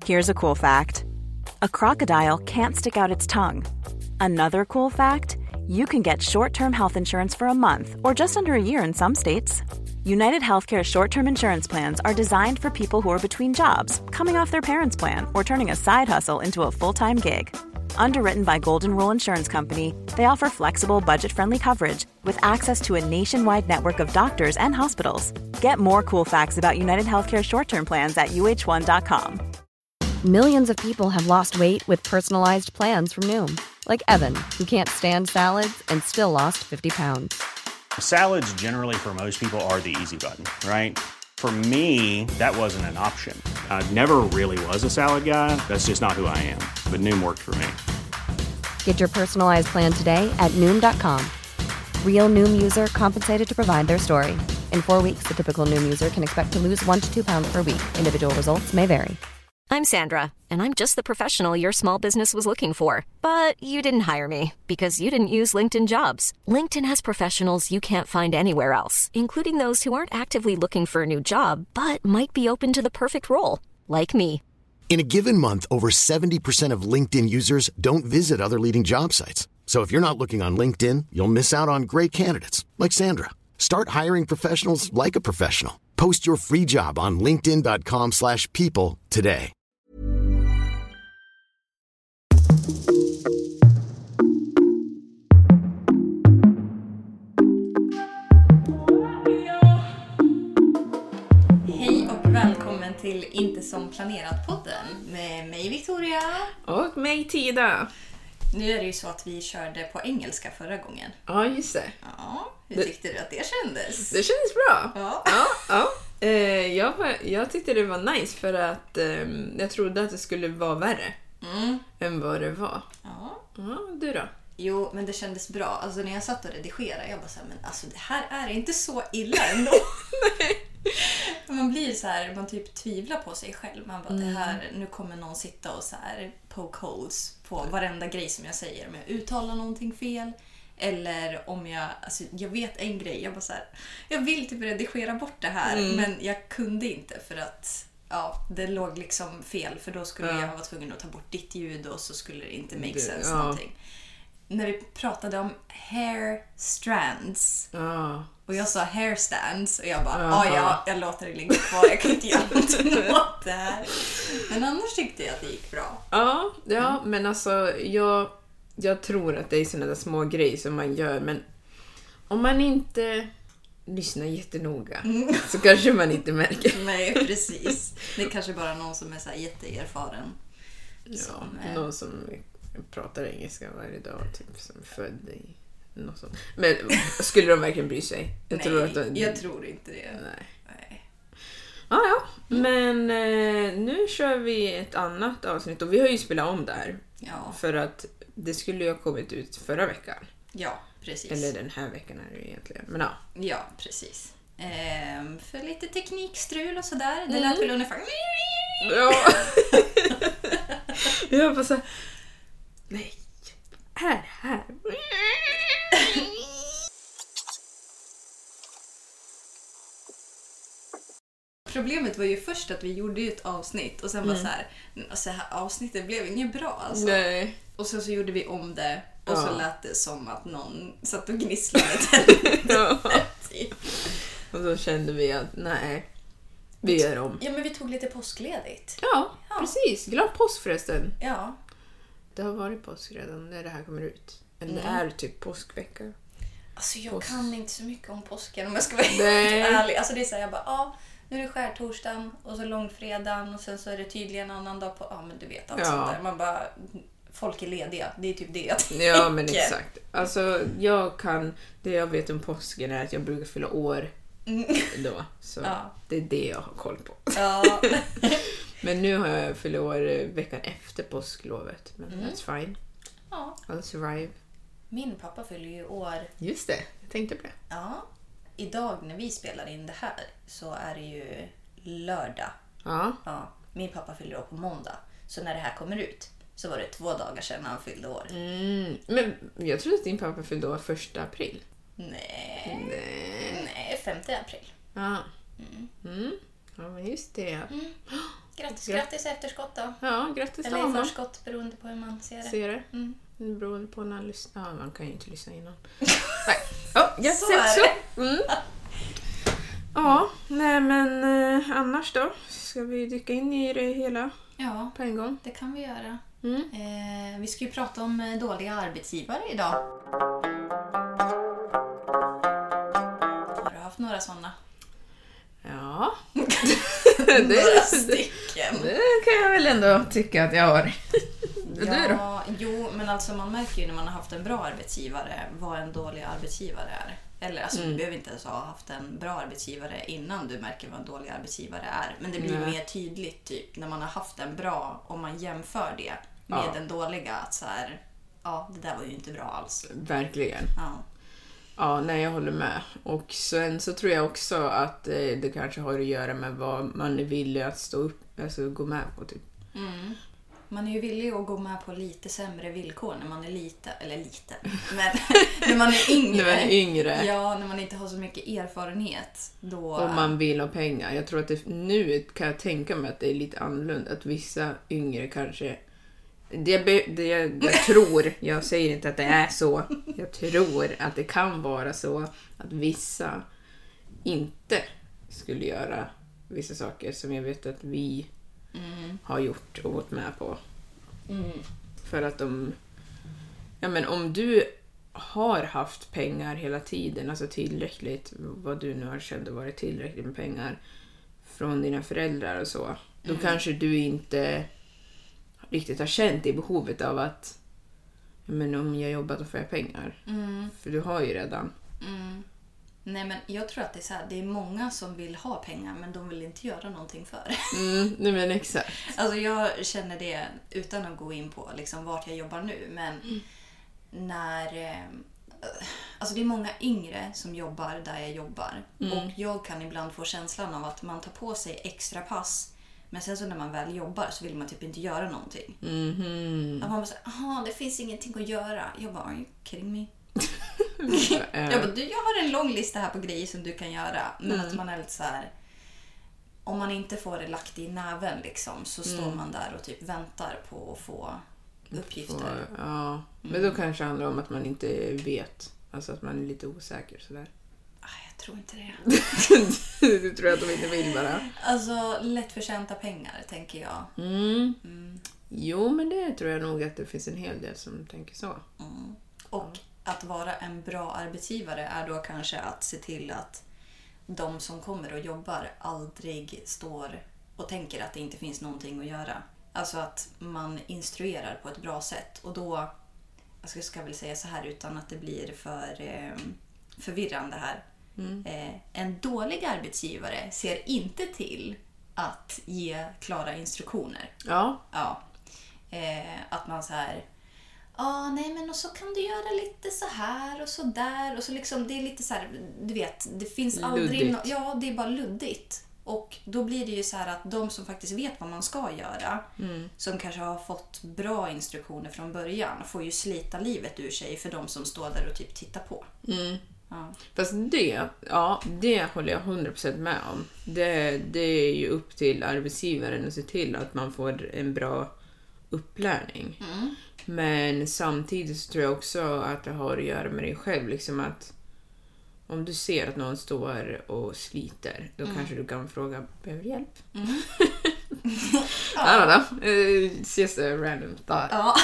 Here's a cool fact. A crocodile can't stick out its tongue. Another cool fact, you can get short-term health insurance for a month or just under a year in some states. United Healthcare short-term insurance plans are designed for people who are between jobs, coming off their parents' plan, or turning a side hustle into a full-time gig. Underwritten by Golden Rule Insurance Company, they offer flexible, budget-friendly coverage with access to a nationwide network of doctors and hospitals. Get more cool facts about United Healthcare short-term plans at uh1.com. Millions of people have lost weight with personalized plans from Noom. Like Evan, who can't stand salads and still lost 50 pounds. Salads generally for most people are the easy button, right? For me, that wasn't an option. I never really was a salad guy. That's just not who I am. But Noom worked for me. Get your personalized plan today at Noom.com. Real Noom user compensated to provide their story. In 4 weeks, the typical Noom user can expect to lose 1 to 2 pounds per week. Individual results may vary. I'm Sandra, and I'm just the professional your small business was looking for. But you didn't hire me because you didn't use LinkedIn Jobs. LinkedIn has professionals you can't find anywhere else, including those who aren't actively looking for a new job, but might be open to the perfect role, like me. In a given month, over 70% of LinkedIn users don't visit other leading job sites. So if you're not looking on LinkedIn, you'll miss out on great candidates like Sandra. Start hiring professionals like a professional. Post your free job on linkedin.com/people today. Hej och välkommen till Inte som planerat-podden med mig Victoria. Och mig Tida. Nu är det ju så att vi körde på engelska förra gången. Ja, just det. Ja, hur tyckte du att det kändes? Det kändes bra. Ja. Jag tyckte det var nice för att jag trodde att det skulle vara värre än vad det var. Ja. Ja, du då? Jo, men det kändes bra. Alltså när jag satt och redigerade, jag bara så här, men alltså det här är inte så illa ändå. Man blir så här, man typ tvivlar på sig själv. Man bara, det här, nu kommer någon sitta och så här poke holes på varenda grej som jag säger. Om jag uttalar någonting fel. Eller om jag vet en grej. Jag bara så här, jag vill typ redigera bort det här. Men jag kunde inte för att det låg liksom fel. För då skulle jag vara tvungen att ta bort ditt ljud och så skulle det inte make sense någonting. När vi pratade om hair strands och jag sa hair stands och jag bara, jag låter det ligga kvar, jag kan inte göra något åt det här. Men annars tyckte jag att det gick bra. Ja, men alltså jag tror att det är sådana där små grejer som man gör, men om man inte lyssnar jättenoga så kanske man inte märker. Nej, precis. Det är kanske bara någon som är så här jätteerfaren. Någon som pratar engelska varje dag, typ som född i något sånt. Men skulle de verkligen bry sig? Jag tror inte det. Nej. Ja. Men nu kör vi ett annat avsnitt och vi har ju spelat om där. Ja. För att det skulle ju ha kommit ut förra veckan. Ja, precis. Eller den här veckan är det egentligen. Men ja, precis. För lite teknikstrul och sådär. Det lät väl ungefär. Ja. Jag bara så här, nej, här. Problemet var ju först att vi gjorde ett avsnitt och sen var så här, alltså här avsnittet blev inget bra alltså. Nej. Och sen så gjorde vi om det och så lät det som att någon satt och gnisslade typ. Och så kände vi att nej, vi gör om. Ja, men vi tog lite påskledigt. Ja, precis. Glad påsk förresten. Ja. Det har varit påsk redan när det här kommer ut. Eller det är typ påskvecka. Alltså jag kan inte så mycket om påsken om jag ska vara helt ärlig. Alltså det är så här, jag bara, nu är det skärtorsdagen och så långfredagen och sen så är det tydligen en annan dag på, men du vet allt sånt där. Man bara, folk är lediga. Det är typ det jag tänker. Ja, men exakt. Alltså det jag vet om påsken är att jag brukar fylla år då. Så det är det jag har koll på. Ja. Men nu har jag fyllt år veckan efter påsklovet. Men that's fine. Ja. I'll survive. Min pappa fyller ju år. Just det, jag tänkte på det. Ja. Idag när vi spelar in det här så är det ju lördag. Ja. Min pappa fyller år på måndag. Så när det här kommer ut så var det 2 dagar sedan han fyllde år. Men jag trodde att din pappa fyllde år 1 april. Nej, 5 april. Ja. Ja, men just det. Grattis efterskott då. Ja, grattis eller i förskott beroende på hur man ser det. Beroende på när man lyssnar. Ja, man kan ju inte lyssna innan. Nej. Grattis så är det. Ja, nej men annars då? Ska vi dyka in i det hela på en gång? Det kan vi göra. Vi ska ju prata om dåliga arbetsgivare idag. Har du haft några sådana? Ja. Några stycken. Det kan jag väl ändå tycka att jag har. Du då? Jo, men alltså man märker ju när man har haft en bra arbetsgivare vad en dålig arbetsgivare är. Eller alltså du behöver inte ens ha haft en bra arbetsgivare innan du märker vad en dålig arbetsgivare är. Men det blir mer tydligt typ när man har haft en bra, om man jämför det med den dåliga, att så här, det där var ju inte bra alls. Verkligen. Ja, nej, jag håller med. Och sen så tror jag också att det kanske har att göra med vad man är villig att stå upp, alltså gå med på typ. Man är ju villig att gå med på lite sämre villkor när man är men när man är yngre. När man är yngre. Ja, när man inte har så mycket erfarenhet. Då... Och man vill ha pengar. Jag tror att nu kan jag tänka mig att det är lite annorlunda. Att vissa yngre kanske... Jag tror, jag säger inte att det är så. Jag tror att det kan vara så att vissa inte skulle göra vissa saker som jag vet att vi har gjort och gått med på. För att om du har haft pengar hela tiden, alltså tillräckligt, vad du nu har känt att vara tillräckligt med pengar från dina föräldrar och så, då kanske du inte riktigt har känt i behovet av att om jag jobbar då får jag pengar. För du har ju redan. Nej, men jag tror att det är så här, det är många som vill ha pengar men de vill inte göra någonting för det. Nej, men exakt. Alltså jag känner det utan att gå in på liksom vart jag jobbar nu, men när alltså det är många yngre som jobbar där jag jobbar och jag kan ibland få känslan av att man tar på sig extra pass, men sen så när man väl jobbar så vill man typ inte göra någonting. Att man bara säger, det finns ingenting att göra. Jag bara, are you kidding me? Jag har en lång lista här på grejer som du kan göra, men att man är lite så här, om man inte får det lagt i näven liksom, så står man där och typ väntar på att få uppgifter. Men då kanske det handlar om att man inte vet, alltså att man är lite osäker sådär. Jag tror inte det. Du tror att de inte vill bara? Alltså lättförtjänta pengar, tänker jag. Jo, men det tror jag nog att det finns en hel del som tänker så. Och att vara en bra arbetsgivare är då kanske att se till att de som kommer och jobbar aldrig står och tänker att det inte finns någonting att göra. Alltså att man instruerar på ett bra sätt. Och då, jag ska väl säga så här utan att det blir för förvirrande här. En dålig arbetsgivare ser inte till att ge klara instruktioner. Att man så här... nej men och så kan du göra lite så här och så där och så liksom, det är lite så här, du vet, det finns aldrig det är bara luddigt. Och då blir det ju så här att de som faktiskt vet vad man ska göra, som kanske har fått bra instruktioner från början, får ju slita livet ur sig för de som står där och typ tittar på. Fast det håller jag 100% med om. Det är ju upp till arbetsgivaren att se till att man får en bra upplärning. Men samtidigt så tror jag också att det har att göra med dig själv. Liksom att om du ser att någon står och sliter, då kanske du kan fråga, behöver hjälp? It's just a random thought.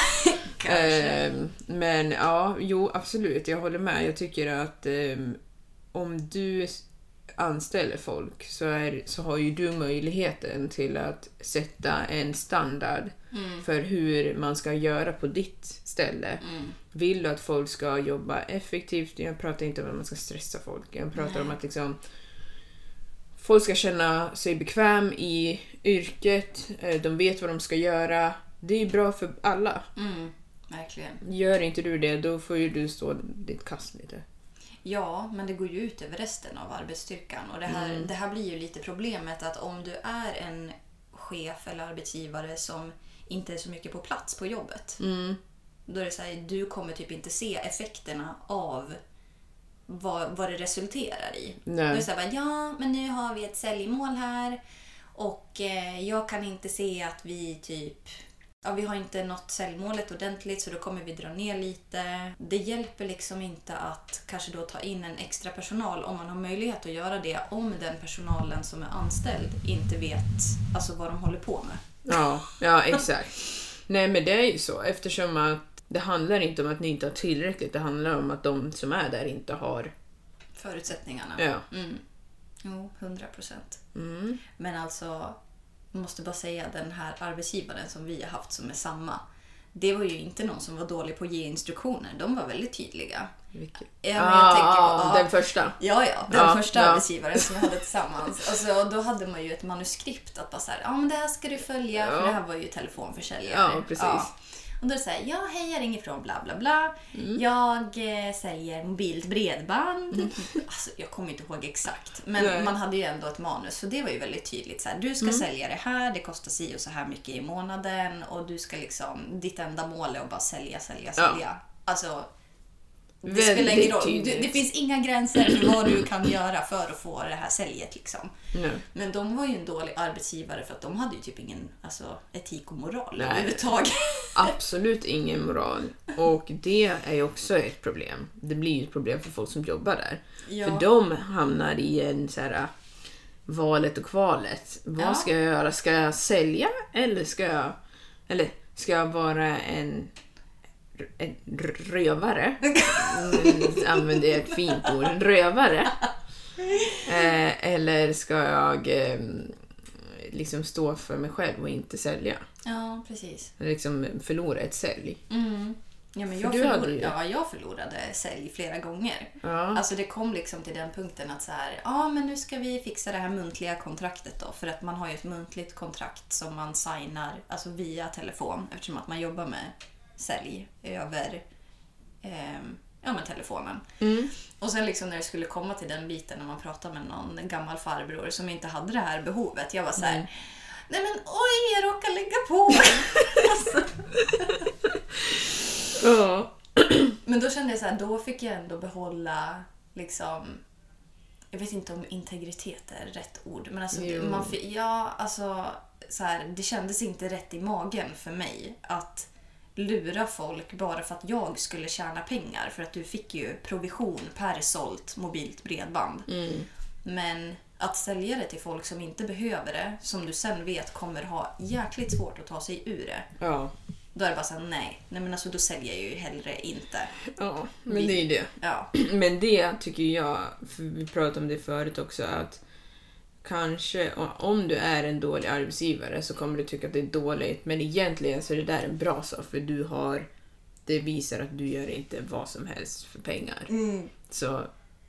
Men absolut, jag håller med. Jag tycker att om du anställer folk så har ju du möjligheten till att sätta en standard för hur man ska göra på ditt ställe. Vill du att folk ska jobba effektivt? Jag pratar inte om att man ska stressa folk. Jag pratar om att liksom, folk ska känna sig bekväm i yrket. De vet vad de ska göra. Det är bra för alla. Verkligen. Gör inte du det, då får ju du stå ditt kast lite. Ja, men det går ju ut över resten av arbetsstyrkan. Och det här blir ju lite problemet att om du är en chef eller arbetsgivare som inte är så mycket på plats på jobbet. Då är det så här, du kommer typ inte se effekterna av vad det resulterar i. Då är det så här, men nu har vi ett säljmål här Och jag kan inte se att vi typ... Ja, vi har inte nått säljmålet ordentligt så då kommer vi dra ner lite. Det hjälper liksom inte att kanske då ta in en extra personal om man har möjlighet att göra det om den personalen som är anställd inte vet alltså vad de håller på med. Ja, exakt. Nej, men det är ju så eftersom att det handlar inte om att ni inte har tillräckligt. Det handlar om att de som är där inte har förutsättningarna. Ja. Jo, 100%. Men alltså... Jag måste bara säga den här arbetsgivaren som vi har haft som är samma. Det var ju inte någon som var dålig på att ge instruktioner. De var väldigt tydliga. Vilket? Den första? Ja, den första arbetsgivaren som vi hade tillsammans. Alltså, då hade man ju ett manuskript att bara så här, men det här ska du följa. För det här var ju telefonförsäljare. Ja, precis. Ja. Och då säger hej, jag ringer från bla bla bla. Jag säljer mobilt bredband. Alltså, jag kommer inte ihåg exakt. Men man hade ju ändå ett manus. Så det var ju väldigt tydligt. Så här, du ska sälja det här. Det kostar si och så här mycket i månaden. Och du ska liksom, ditt enda mål är att bara sälja. Alltså, det spelar ingen roll. Det finns inga gränser för vad du kan göra för att få det här säljet liksom. Men de var ju en dålig arbetsgivare för att de hade ju typ ingen etik och moral överhuvudtaget. Absolut ingen moral. Och det är ju också ett problem. Det blir ju ett problem för folk som jobbar där. Ja. För de hamnar i en så här valet och kvalet. Vad ska jag göra? Ska jag sälja eller ska jag vara en rövare? Använder jag ett fint ord. Rövare. Eller ska jag liksom stå för mig själv och inte sälja? Ja, precis. Eller liksom förlora ett sälj. Ja, men jag förlorade sälj flera gånger. Ja. Alltså det kom liksom till den punkten att så här, men nu ska vi fixa det här muntliga kontraktet då. För att man har ju ett muntligt kontrakt som man signar alltså via telefon. Eftersom att man jobbar med sälj över med telefonen. Och sen liksom när det skulle komma till den biten när man pratar med någon gammal farbror som inte hade det här behovet. Jag var så här, nej men oj, jag råkar lägga på. Men då kände jag så här, då fick jag ändå behålla liksom, jag vet inte om integritet är rätt ord, men alltså så här, det kändes inte rätt i magen för mig att lura folk bara för att jag skulle tjäna pengar, för att du fick ju provision per sålt mobilt bredband. Men att sälja det till folk som inte behöver det, som du sen vet kommer ha jäkligt svårt att ta sig ur det. Ja. Då är det bara så här, nej men alltså då säljer jag ju hellre inte. Ja, men det är ju det. Ja. Men det tycker jag, för vi pratade om det förut också, att kanske om du är en dålig arbetsgivare så kommer du tycka att det är dåligt, men egentligen så är det där en bra sak, för det visar att du gör inte vad som helst för pengar. Så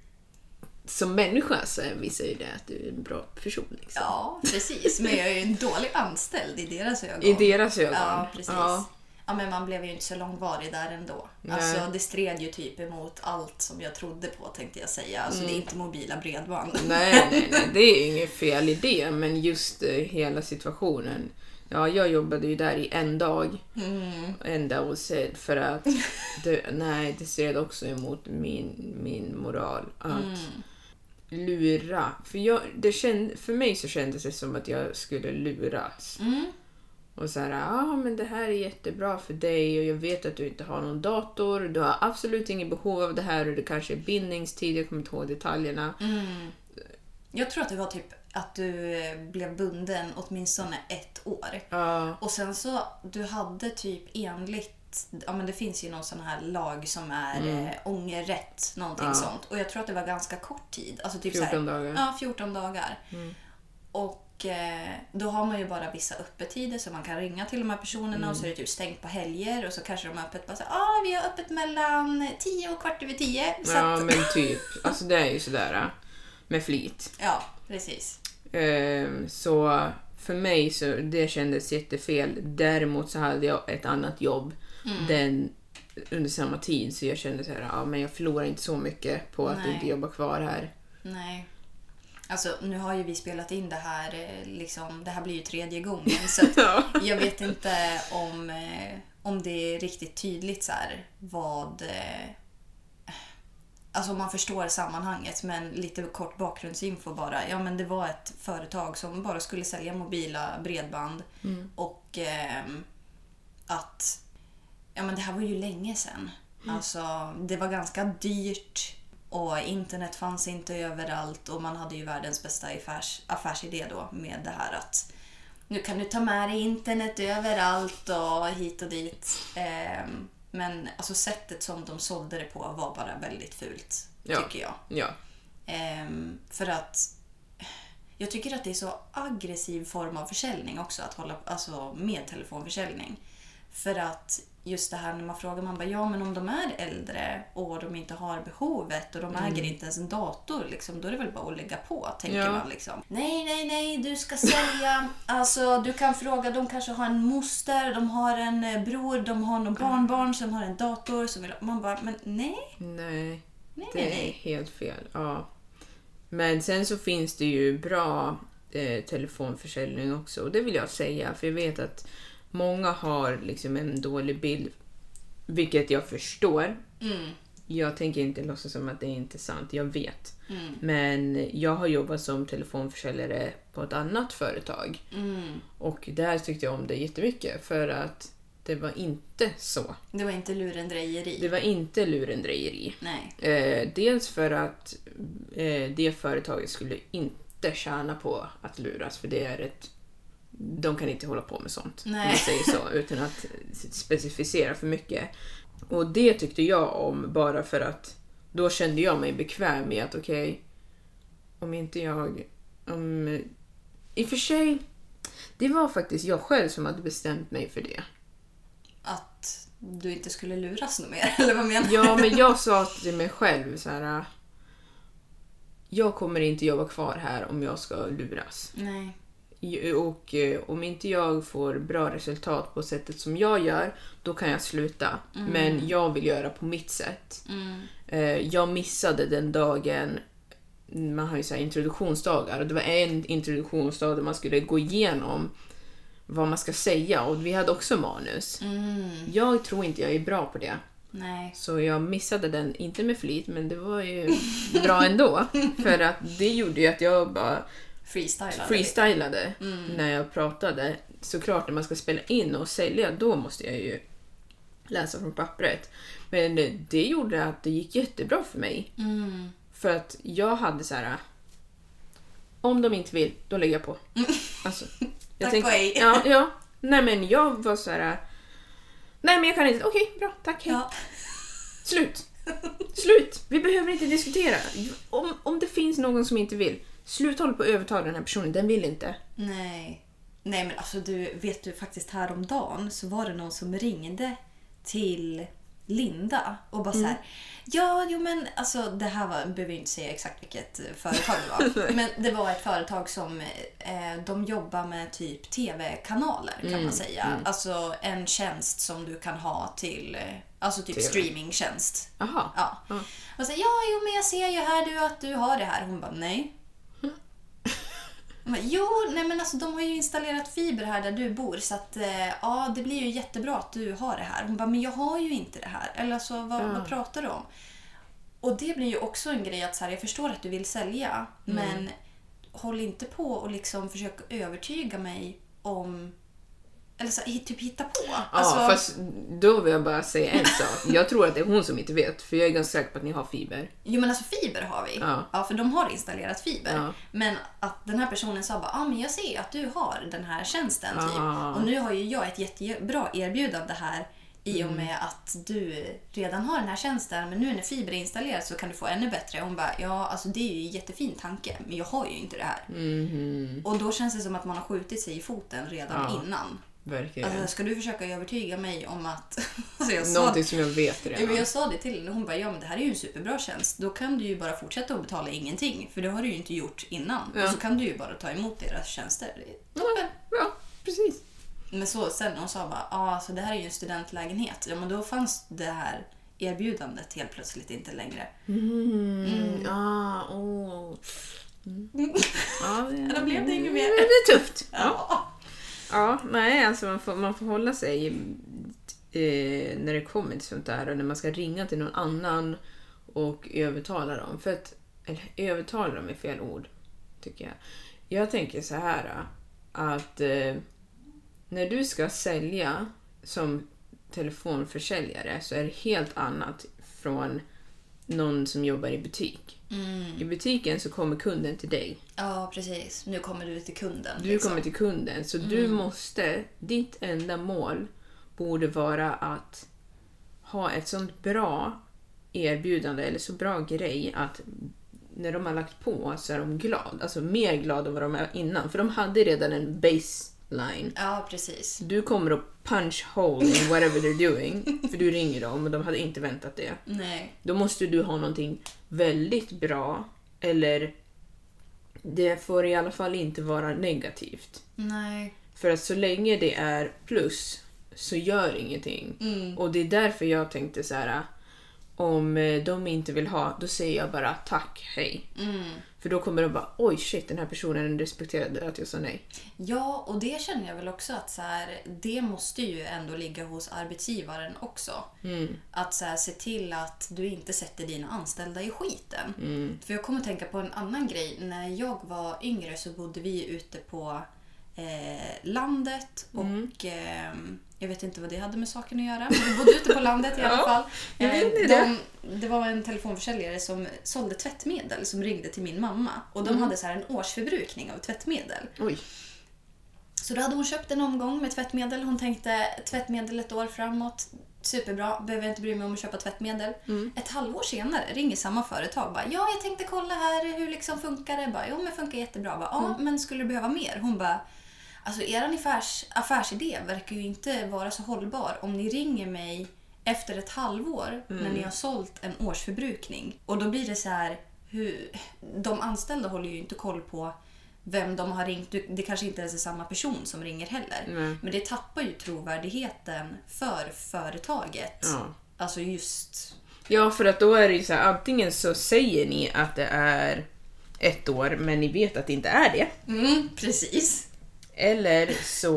som människa så visar ju det att du är en bra person liksom. Ja, precis, men jag är ju en dålig anställd i deras ögon. I deras ögon? Ja, precis. Ja, men man blev ju inte så långvarig där ändå. Alltså det stred ju typ emot allt som jag trodde på, tänkte jag säga. Alltså det är inte mobila bredband. Nej, det är inget fel i det, men just hela situationen. Ja, jag jobbade ju där i en dag. Ända och sedd för att det stred också emot min moral att lura. För mig så kändes det som att jag skulle luras. Och så här, men det här är jättebra för dig och jag vet att du inte har någon dator. Du har absolut ingen behov av det här och det kanske är bindningstid. Jag kommer inte ihåg detaljerna. Jag tror att det var typ att du blev bunden åtminstone 1 år. Och sen så, du hade typ enligt, men det finns ju någon sån här lag som är ångerrätt, någonting sånt. Och jag tror att det var ganska kort tid. Alltså typ 14 dagar. Ja, 14 dagar. Och då har man ju bara vissa öppettider så man kan ringa till de här personerna och så är det typ stängt på helger och så kanske de har öppet bara så vi har öppet mellan 10 och 10:15. Så ja, men typ. Alltså det är ju sådär med flit. Ja, precis. Så för mig så det kändes jättefel. Däremot så hade jag ett annat jobb under samma tid så jag kände så här, men jag förlorar inte så mycket på att inte jobba kvar här. Nej. Alltså nu har ju vi spelat in det här liksom, det här blir ju 3:e gången så att jag vet inte om det är riktigt tydligt så här vad Alltså man förstår sammanhanget, men lite kort bakgrundsinfo bara. Ja, men det var ett företag som bara skulle sälja mobila bredband. Och att... Ja, men det här var ju länge sedan. Alltså, det var ganska dyrt. Och internet fanns inte överallt. Och man hade ju världens bästa affärsidé då med det här att... Nu kan du ta med dig internet överallt och hit och dit. Men alltså sättet som de sålde det på var bara väldigt fult, tycker jag. Ja. För att jag tycker att det är så aggressiv form av försäljning också att hålla alltså med telefonförsäljning. För att just det här när man frågar, man bara, ja men om de är äldre och de inte har behovet och de äger inte ens en dator liksom, då är det väl bara att lägga på, tänker man liksom. Nej, du ska sälja, alltså du kan fråga, de kanske har en moster, de har en bror, de har någon barnbarn som har en dator, som vill, man bara, men nej, det är helt fel. Ja. Men sen så finns det ju bra telefonförsäljning också, och det vill jag säga, för jag vet att många har liksom en dålig bild, vilket jag förstår. Jag tänker inte låtsas som att det är inte sant, jag vet. Men jag har jobbat som telefonförsäljare på ett annat företag. Och där tyckte jag om det jättemycket, för att det var inte så. Det var inte lurendrejeri. Det var inte lurendrejeri. Nej. Dels för att det företaget skulle inte tjäna på att luras, för det är de kan inte hålla på med sånt. Om man säger så, utan att specificera för mycket. Och det tyckte jag om, bara för att då kände jag mig bekväm med att om inte jag... I och för sig, det var faktiskt jag själv som hade bestämt mig för det. Att du inte skulle luras något mer, eller vad menar du? Ja, men jag sa till mig själv så här: jag kommer inte jobba kvar här om jag ska luras. Nej. Och om inte jag får bra resultat på sättet som jag gör, då kan jag sluta. Men jag vill göra på mitt sätt. Jag missade den dagen, man har ju så här introduktionsdagar, och det var en introduktionsdag där man skulle gå igenom vad man ska säga, och vi hade också manus. Jag tror inte jag är bra på det. Nej. Så jag missade den, inte med flit, men det var ju bra ändå. För att det gjorde ju att jag bara freestylade när jag pratade. Såklart när man ska spela in och sälja, då måste jag ju läsa från pappret. Men det gjorde att det gick jättebra för mig. För att jag hade så här: om de inte vill, då lägger jag på. Alltså, jag tänkte, ja. Nej, men jag var så här: nej, men jag kan inte. Okej, bra, tack, hej. Ja. Slut. Vi behöver inte diskutera. Om det finns någon som inte vill, slut hålla på att övertala den här personen. Den vill inte. Nej, men alltså vet du faktiskt häromdagen så var det någon som ringde till Linda och bara så här: men alltså det här behöver jag inte säga exakt vilket företag det var. Men det var ett företag som de jobbar med typ tv-kanaler, kan man säga. Alltså en tjänst som du kan ha till, alltså typ TV. Streamingtjänst. Aha. Ja. Och så men jag ser ju här att du har det här. Hon bara, nej. Men alltså de har ju installerat fiber här där du bor, så att det blir ju jättebra att du har det här. Hon bara, men jag har ju inte det här. Eller alltså, vad pratar du om? Och det blir ju också en grej att så här, jag förstår att du vill sälja, men håll inte på och liksom försöka övertyga mig om, eller så, typ hitta på. Alltså... Ja, fast då vill jag bara säga en sak. Jag tror att det är hon som inte vet, för jag är ganska säker på att ni har fiber. Jo, men alltså fiber har vi. Ja, för de har installerat fiber. Ja. Men att den här personen sa bara, men jag ser att du har den här tjänsten typ. Och nu har ju jag ett jättebra erbjudande här i och med att du redan har den här tjänsten, men nu när fiber är installerat så kan du få ännu bättre. Hon bara, alltså det är ju en jättefin tanke, men jag har ju inte det här. Och då känns det som att man har skjutit sig i foten redan innan. Verkligen. Alltså, ska du försöka övertyga mig om att... Någonting som jag vet redan. Jag sa det till henne och hon bara, men det här är ju en superbra tjänst. Då kan du ju bara fortsätta att betala ingenting. För det har du ju inte gjort innan. Och så kan du ju bara ta emot deras tjänster. Ja, precis. Men så sen hon sa bara, alltså det här är ju en studentlägenhet. Ja, men då fanns det här erbjudandet helt plötsligt inte längre. Då blev det inget mer. Det är tufft. Ja, nej, alltså man får hålla sig när det kommer till sånt där, och när man ska ringa till någon annan och övertala dem. Eller övertala dem är fel ord, tycker jag. Jag tänker så här att när du ska sälja som telefonförsäljare så är det helt annat från någon som jobbar i butik. I butiken så kommer kunden till dig. Ja, precis. Nu kommer du till kunden. Du kommer till kunden. Så du måste, ditt enda mål borde vara att ha ett sånt bra erbjudande eller så bra grej att när de har lagt på så är de glada. Alltså mer glada än vad de är innan. För de hade redan en baseline. Ja, precis. Du kommer att punch hole in whatever they're doing. För du ringer dem och de hade inte väntat det. Nej. Då måste du ha någonting väldigt bra. Eller det får i alla fall inte vara negativt. Nej. För att så länge det är plus så gör ingenting. Och det är därför jag tänkte så här: om de inte vill ha, då säger jag bara tack, hej. För då kommer de bara, oj shit, den här personen respekterade att jag sa nej. Ja, och det känner jag väl också att så här, det måste ju ändå ligga hos arbetsgivaren också. Att så här, se till att du inte sätter dina anställda i skiten. För jag kommer att tänka på en annan grej. När jag var yngre så bodde vi ute på landet och jag vet inte vad det hade med saken att göra, men vi bodde ute på landet i alla fall. Det var en telefonförsäljare som sålde tvättmedel som ringde till min mamma och de hade så här en årsförbrukning av tvättmedel. Oj. Så då hade hon köpt en omgång med tvättmedel. Hon tänkte tvättmedel ett år framåt, superbra, behöver jag inte bry mig om att köpa tvättmedel. Ett halvår senare ringer samma företag bara, ja, jag tänkte kolla här, hur liksom funkar det? Bara, jo, men funkar jättebra. Bara, ja, men skulle du behöva mer? Hon bara, alltså eran affärsidé verkar ju inte vara så hållbar om ni ringer mig efter ett halvår när ni har sålt en årsförbrukning. Och då blir det så här, de anställda håller ju inte koll på vem de har ringt. Det kanske inte ens är samma person som ringer heller. Men det tappar ju trovärdigheten för företaget. Ja. Alltså just... Ja, för att då är det ju så här, antingen så säger ni att det är 1 år men ni vet att det inte är det. Precis. Eller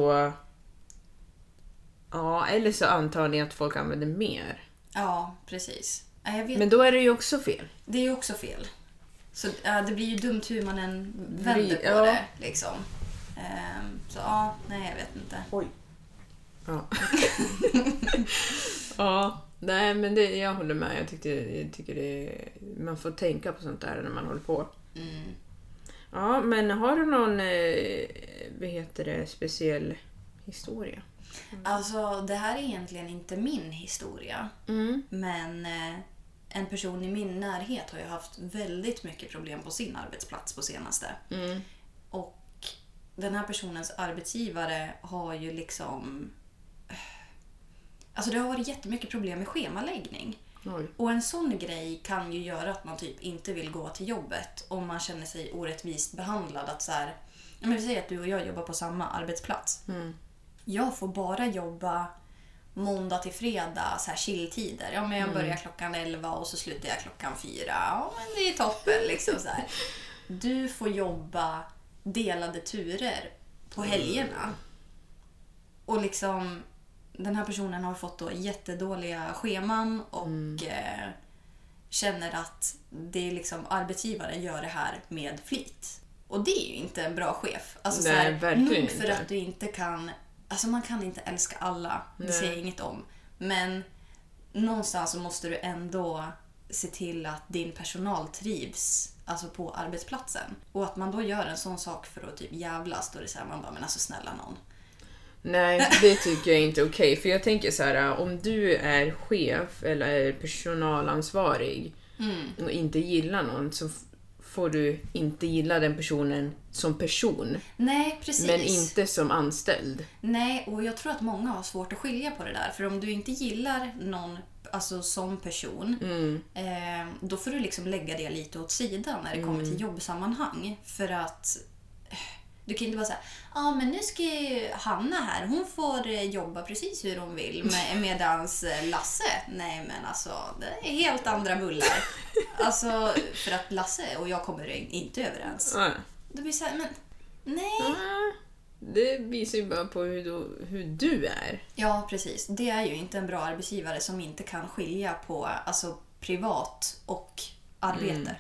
så antar ni att folk använder mer. Ja, precis. Jag vet. Men då är det ju också fel. Det är ju också fel. Så det blir ju dumt hur man än vänder på det. Liksom. Så nej, jag vet inte. Oj. Ja. Ja, nej, men jag håller med. Jag tycker man får tänka på sånt där när man håller på. Ja, men har du någon speciell historia? Alltså, det här är egentligen inte min historia. Men en person i min närhet har ju haft väldigt mycket problem på sin arbetsplats på senaste. Och den här personens arbetsgivare har ju liksom... Alltså det har varit jättemycket problem med schemaläggning. Oj. Och en sån grej kan ju göra att man typ inte vill gå till jobbet om man känner sig orättvist behandlad. Att så här, vi säger att du och jag jobbar på samma arbetsplats. Jag får bara jobba måndag till fredag, så här chilltider. Ja, men jag börjar klockan 11 och så slutar jag klockan 4. Ja, men det är toppen liksom så här. Du får jobba delade turer på helgerna. Och liksom den här personen har fått då jättedåliga scheman och känner att det är liksom arbetsgivaren gör det här med flit. Och det är ju inte en bra chef. Alltså nej, så här, verkligen nog för inte. att du inte kan... Alltså man kan inte älska alla, det säger jag inget om. Men någonstans så måste du ändå se till att din personal trivs, alltså på arbetsplatsen. Och att man då gör en sån sak för att typ jävlas, då är det så här, man bara, men alltså snälla någon. Nej, det tycker jag inte är okej. För jag tänker så här, om du är chef eller personalansvarig och inte gillar någon, så får du inte gilla den personen som person. Nej, precis. Men inte som anställd. Nej, och jag tror att många har svårt att skilja på det där. För om du inte gillar någon, alltså som person, då får du liksom lägga det lite åt sidan när det kommer till jobbsammanhang. För att du kan inte bara säga, men nu ska ju Hanna här, hon får jobba precis hur hon vill medans Lasse, nej men alltså det är helt andra bullar. Alltså för att Lasse och jag kommer inte överens. Det blir så här, men nej. Det visar ju bara på hur du är. Ja, precis. Det är ju inte en bra arbetsgivare som inte kan skilja på alltså privat och arbete.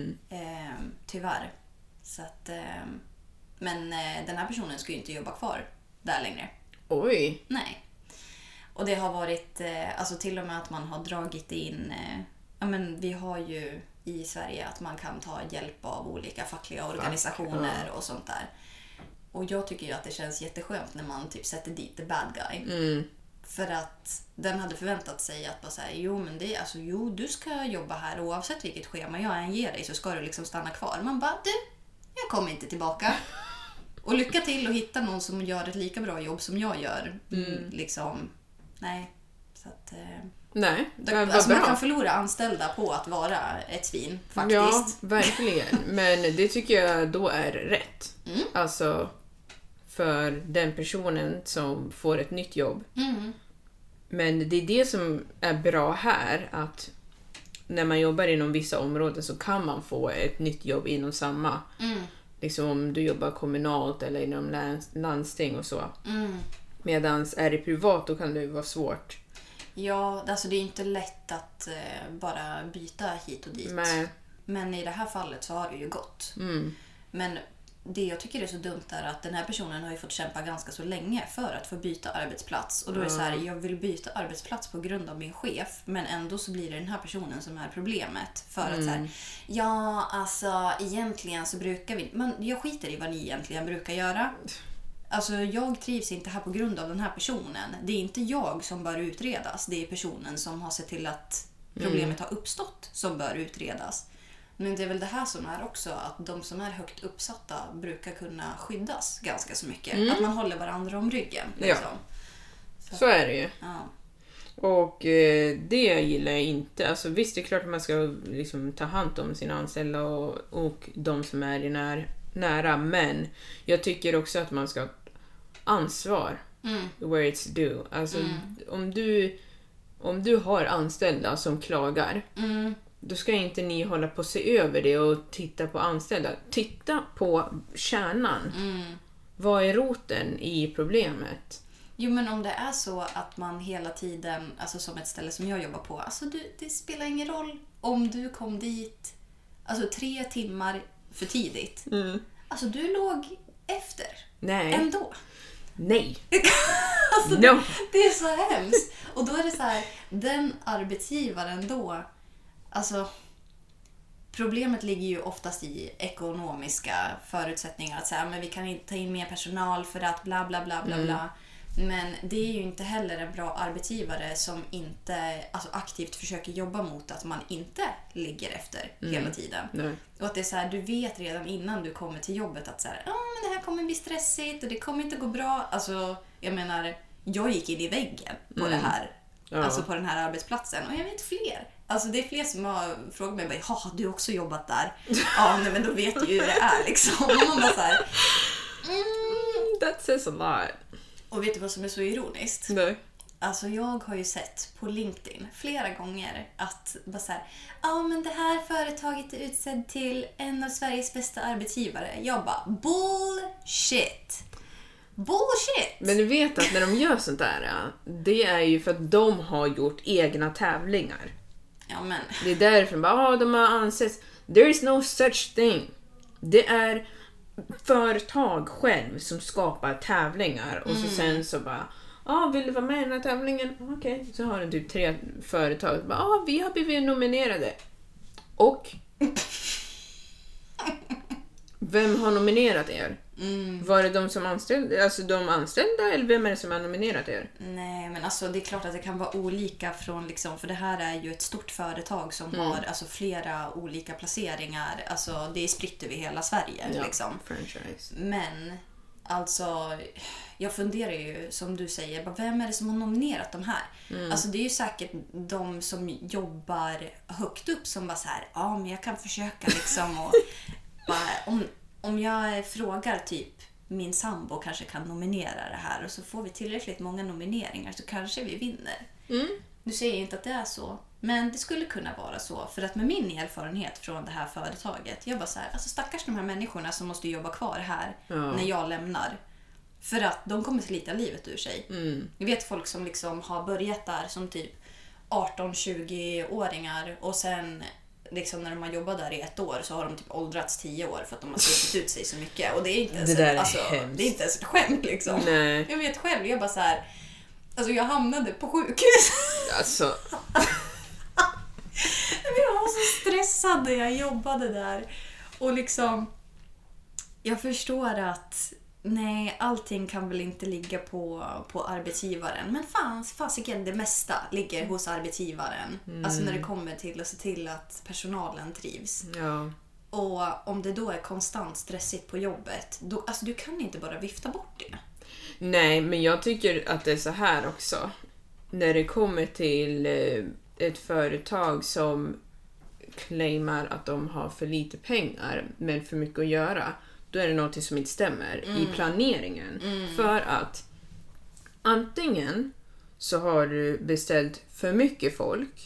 Tyvärr. Så att, men den här personen ska ju inte jobba kvar där längre. Oj. Nej. Och det har varit, alltså till och med att man har dragit in, ja men vi har ju i Sverige att man kan ta hjälp av olika fackliga organisationer och sånt där. Och jag tycker ju att det känns jätteskönt när man typ sätter dit the bad guy. För att den hade förväntat sig att bara säga, jo du ska jobba här oavsett vilket schema jag än ger dig så ska du liksom stanna kvar. Man bara, jag kommer inte tillbaka. Och lycka till att hitta någon som gör ett lika bra jobb som jag gör. Liksom, nej. Så att, nej, alltså man kan förlora anställda på att vara ett svin, faktiskt. Ja, verkligen. Men det tycker jag då är rätt. Alltså, för den personen som får ett nytt jobb. Men det är det som är bra här, att när man jobbar inom vissa områden så kan man få ett nytt jobb inom samma. Liksom om du jobbar kommunalt eller inom landsting och så. Medans är det privat då kan det vara svårt. Ja, alltså det är inte lätt att bara byta hit och dit. Nej. Men i det här fallet så har det ju gått. Men det jag tycker är så dumt är att den här personen har ju fått kämpa ganska så länge för att få byta arbetsplats. Och då är det så här, jag vill byta arbetsplats på grund av min chef. Men ändå så blir det den här personen som är problemet. För att så här, ja alltså egentligen så brukar vi, men jag skiter i vad ni egentligen brukar göra. Alltså jag trivs inte här på grund av den här personen. Det är inte jag som bör utredas. Det är personen som har sett till att problemet har uppstått som bör utredas. Men det är väl det här som är också att de som är högt uppsatta brukar kunna skyddas ganska så mycket. Att man håller varandra om ryggen. Liksom. Ja, så är det ju. Ja. Och det gillar jag inte. Alltså visst, det är klart att man ska liksom ta hand om sina anställda och de som är nära. Men jag tycker också att man ska ha ansvar. Where it's due. Alltså om du har anställda som klagar, då ska inte ni hålla på att se över det och titta på anställda. Titta på kärnan. Vad är roten i problemet? Jo, men om det är så att man hela tiden, alltså som ett ställe som jag jobbar på, alltså det spelar ingen roll om du kom dit alltså 3 timmar för tidigt. Alltså du låg efter. Nej. Ändå. Nej. Alltså, no. Det är så hemskt. Och då är det så här, den arbetsgivaren då, alltså problemet ligger ju oftast i ekonomiska förutsättningar. Att säga, men vi kan inte ta in mer personal för att bla bla bla bla bla. Men det är ju inte heller en bra arbetsgivare som inte alltså aktivt försöker jobba mot att man inte ligger efter hela tiden. Nej. Och att det är så här, du vet redan innan du kommer till jobbet att så här, men det här kommer bli stressigt och det kommer inte gå bra. Alltså, jag menar, jag gick in i väggen på det här. Ja. Alltså på den här arbetsplatsen. Och jag vet fler. Alltså det är fler som har frågat mig, har du också jobbat där? Ja, nej, men då vet du ju hur det är liksom. Och man bara så här, That says a lot. Och vet du vad som är så ironiskt? Nej. Alltså jag har ju sett på LinkedIn flera gånger att bara så här, men det här företaget är utsedd till en av Sveriges bästa arbetsgivare. Jag bara, bullshit. Men du vet att när de gör sånt där, det är ju för att de har gjort egna tävlingar. Ja, men. Det är därför de har ansett, there is no such thing. Det är företag själv som skapar tävlingar och så sen så bara, vill du vara med i den här tävlingen? Okej. Så har du typ 3 företag. Vi har blivit nominerade. Och vem har nominerat er? Var det de som anställde, alltså de anställda, eller vem är det som har nominerat er? Nej, men alltså det är klart att det kan vara olika från liksom, för det här är ju ett stort företag som har alltså flera olika placeringar, alltså det är spritt över hela Sverige liksom. Franchise. Men alltså jag funderar ju, som du säger, vem är det som har nominerat de här? Alltså det är ju säkert de som jobbar högt upp som bara så här, men jag kan försöka liksom och bara, om jag frågar typ min sambo kanske kan nominera det här och så får vi tillräckligt många nomineringar så kanske vi vinner. Nu säger jag inte att det är så, men det skulle kunna vara så, för att med min erfarenhet från det här företaget, jag bara så här, alltså stackars de här människorna som måste jobba kvar här när jag lämnar. För att de kommer slita livet ur sig. Jag vet folk som liksom har börjat där som typ 18-20-åringar och sen liksom när de har jobbat där i 1 år så har de typ åldrats 10 år för att de har slitit ut sig så mycket. Och det är inte ens, det är inte ens ett skämt liksom. Nej. Jag vet själv, jag bara så här, alltså jag hamnade på sjukhus. Alltså. Jag var så stressad när jag jobbade där. Och liksom, jag förstår att nej, allting kan väl inte ligga på arbetsgivaren. Men fasiken, det mesta ligger hos arbetsgivaren. Alltså när det kommer till att se till att personalen trivs. Ja. Och om det då är konstant stressigt på jobbet, då, alltså du kan inte bara vifta bort det. Nej, men jag tycker att det är så här också. När det kommer till ett företag som claimar att de har för lite pengar men för mycket att göra, då är det något som inte stämmer i planeringen. För att antingen så har du beställt för mycket folk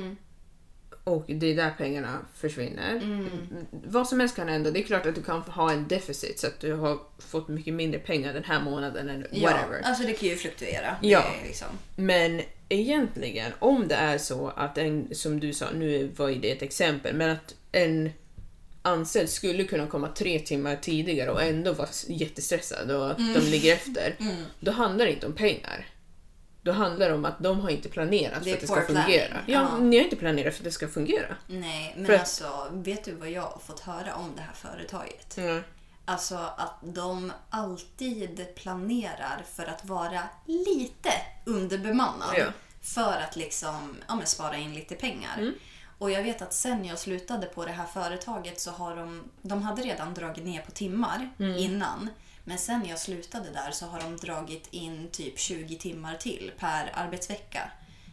och det är där pengarna försvinner. Vad som helst kan hända. Det är klart att du kan ha en deficit så att du har fått mycket mindre pengar den här månaden eller whatever. Ja, alltså det kan ju fluktuera. Ja, liksom. Men egentligen om det är så att som du sa, nu var det ett exempel, men att en anställd skulle kunna komma 3 timmar tidigare och ändå vara jättestressad och att de ligger efter. Då handlar det inte om pengar. Då handlar det om att de har inte planerat för att det ska fungera. Ja, ni har inte planerat för att det ska fungera. Nej, men alltså, vet du vad jag har fått höra om det här företaget? Alltså att de alltid planerar för att vara lite underbemannad. För att liksom, spara in lite pengar. Och jag vet att sen jag slutade på det här företaget så har de hade redan dragit ner på timmar innan. Men sen jag slutade där så har de dragit in typ 20 timmar till per arbetsvecka.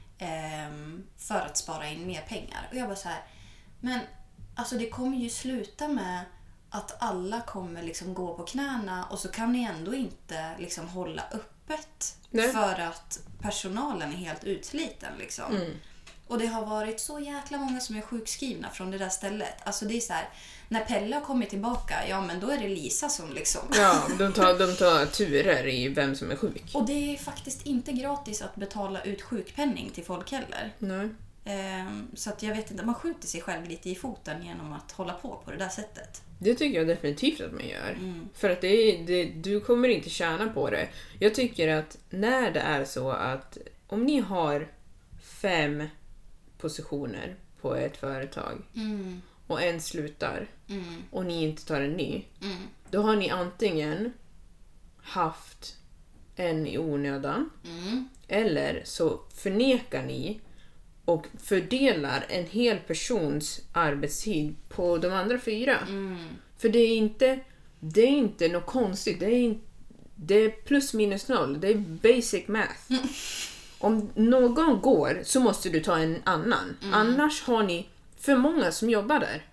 För att spara in mer pengar. Och jag bara så här, men alltså det kommer ju sluta med att alla kommer liksom gå på knäna och så kan ni ändå inte liksom hålla öppet. Nej. För att personalen är helt utsliten liksom. Och det har varit så jäkla många som är sjukskrivna från det där stället. Alltså det är så här, när Pelle har kommit tillbaka, ja men då är det Lisa som liksom... Ja, de tar turer i vem som är sjuk. Och det är faktiskt inte gratis att betala ut sjukpenning till folk heller. Nej. Så att jag vet inte, man skjuter sig själv lite i foten genom att hålla på det där sättet. Det tycker jag definitivt att man gör. För att du kommer inte tjäna på det. Jag tycker att när det är så att om ni har 5 positioner på ett företag och en slutar och ni inte tar en ny, då har ni antingen haft en i onödan eller så förnekar ni och fördelar en hel persons arbetstid på de andra 4. För det är inte något konstigt. Det är plus minus noll. Det är basic math. Om någon går så måste du ta en annan. Annars har ni för många som jobbar där.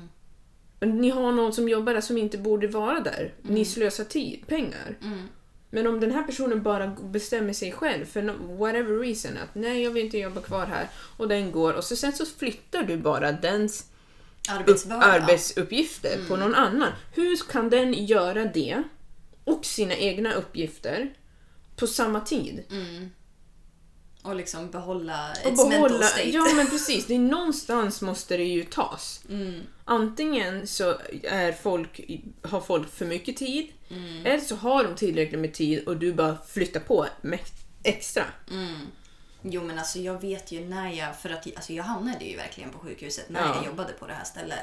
Ni har någon som jobbar där som inte borde vara där. Ni slösar pengar. Men om den här personen bara bestämmer sig själv för whatever reason att nej, jag vill inte jobba kvar här och den går och sen så flyttar du bara dens arbetsuppgifter på någon annan. Hur kan den göra det och sina egna uppgifter på samma tid? Och liksom behålla mental state. Ja, men precis. Det är någonstans måste det ju tas. Antingen så har folk för mycket tid eller så har de tillräckligt med tid och du bara flyttar på extra. Jo, men alltså jag vet ju när jag hamnade ju verkligen på sjukhuset när jag jobbade på det här stället.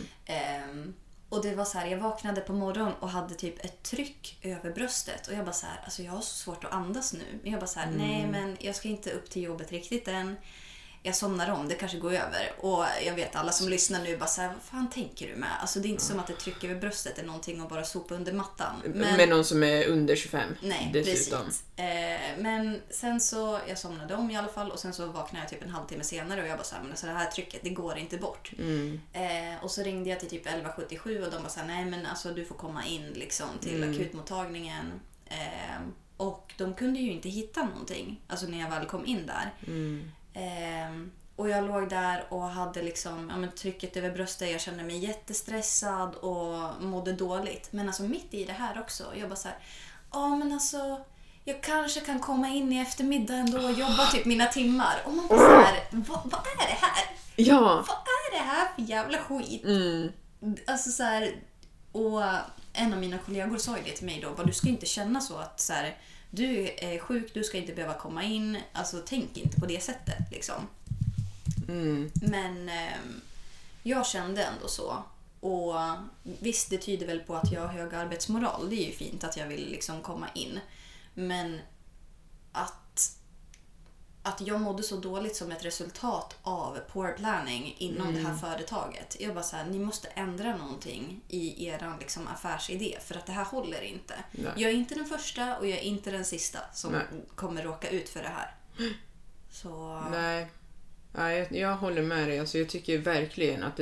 Och det var så här, jag vaknade på morgonen och hade typ ett tryck över bröstet. Och jag bara så här, alltså jag har så svårt att andas nu. Men jag bara så här, nej men jag ska inte upp till jobbet riktigt än. Jag somnar om, det kanske går över. Och jag vet, alla som lyssnar nu bara så här, vad fan tänker du med? Alltså det är inte som att ett tryck över bröstet är någonting att bara sopa under mattan. Men någon som är under 25. Nej, dessutom. Precis. Men sen så, jag somnade om i alla fall. Och sen så vaknade jag typ en halvtimme senare. Och jag bara så här, men alltså det här trycket, det går inte bort. Och så ringde jag till typ 1177 och de bara så här, nej men alltså du får komma in liksom till akutmottagningen. Och de kunde ju inte hitta någonting. Alltså när jag väl kom in där. Och jag låg där och hade liksom, trycket över bröstet. Jag kände mig jättestressad och mådde dåligt. Men alltså mitt i det här också, jag bara så här, men alltså jag kanske kan komma in i eftermiddag ändå och jobba typ mina timmar. Och man bara så här, vad är det här? Ja. Vad är det här för jävla skit? Alltså så här, och en av mina kollegor sa ju det till mig då, du ska inte känna så att så här, du är sjuk, du ska inte behöva komma in, alltså tänk inte på det sättet liksom. Men jag kände ändå så. Och visst, det tyder väl på att jag har hög arbetsmoral. Det är ju fint att jag vill liksom komma in. Men att jag mådde så dåligt som ett resultat av poor planning inom det här företaget. Jag bara så här, ni måste ändra någonting i er liksom affärsidé, för att det här håller inte. Nej. Jag är inte den första och jag är inte den sista som kommer råka ut för det här. Så... Nej. Jag håller med dig. Alltså, jag tycker verkligen att det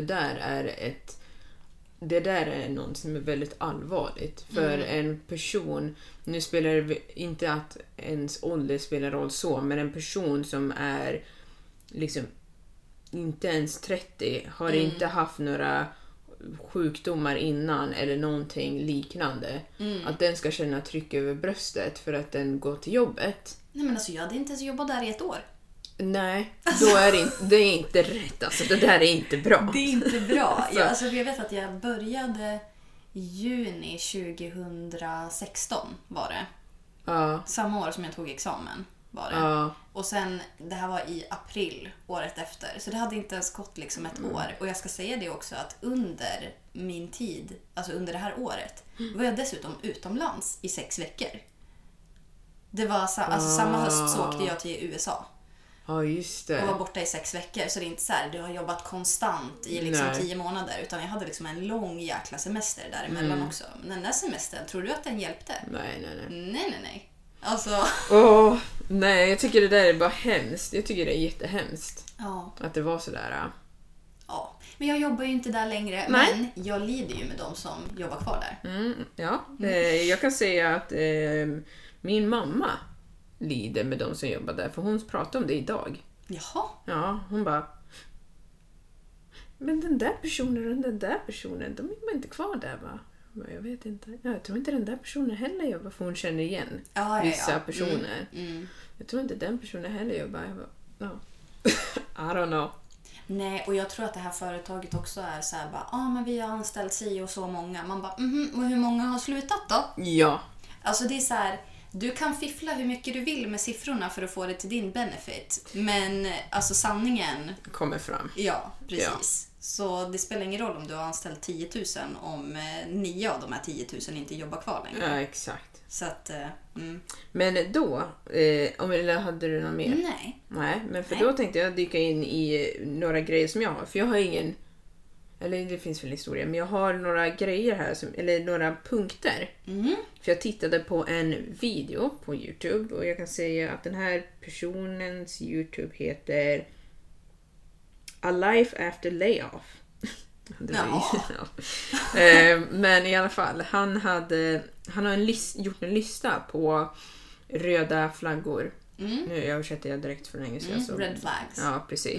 där är något som är väldigt allvarligt. För en person, nu spelar det inte att ens ålder spelar roll så, men en person som är liksom inte ens 30, har inte haft några sjukdomar innan eller någonting liknande, att den ska känna tryck över bröstet för att den går till jobbet. Nej, men alltså jag hade inte ens jobbat där i ett år. Nej, då är det är inte rätt. Alltså, det där är inte bra. Det är inte bra. Jag vet att jag började juni 2016 var det. Samma år som jag tog examen var det. Och sen, det här var i april året efter. Så det hade inte ens gått liksom ett år. Och jag ska säga det också att under min tid, alltså under det här året, var jag dessutom utomlands i 6 veckor. Det var samma höst så åkte jag till USA. Ja, just det. Och var borta i 6 veckor. Så det är inte så här, du har jobbat konstant i liksom 10 månader. Utan jag hade liksom en lång jäkla semester däremellan också. Men den där semestern, tror du att den hjälpte? Nej. Alltså... nej, jag tycker det där är bara hemskt. Jag tycker det är jättehemskt. Ja. Att det var sådär. Ja, men jag jobbar ju inte där längre. Nej. Men jag lider ju med dem som jobbar kvar där. Jag kan säga att min mamma lider med de som jobbar där. För hon pratade om det idag. Jaha. Ja, hon bara... Men den där personen, de är inte kvar där, va? Jag vet inte. Jag tror inte den där personen heller jobbar, för hon känner igen vissa personer. Jag tror inte den personen heller jobbar. Jag bara, I don't know. Nej, och jag tror att det här företaget också är så här bara, men vi har anställt si och så många. Man bara, och hur många har slutat då? Ja. Alltså det är så här, du kan fiffla hur mycket du vill med siffrorna för att få det till din benefit. Men alltså sanningen kommer fram. Ja, precis. Ja. Så det spelar ingen roll om du har anställt 10 000 om 9 av de här 10 000 inte jobbar kvar längre. Ja, exakt. Så att, Men då, eller hade du något mer? Nej, men för då tänkte jag dyka in i några grejer som jag har. För jag har ingen, eller det finns väl historia, men jag har några grejer här, eller några punkter. För jag tittade på en video på YouTube och jag kan säga att den här personens YouTube heter A Life After Layoff. Men i alla fall, han har gjort en lista på röda flaggor. Nu översätter jag direkt från engelska. Så. Red flags. Ja, precis.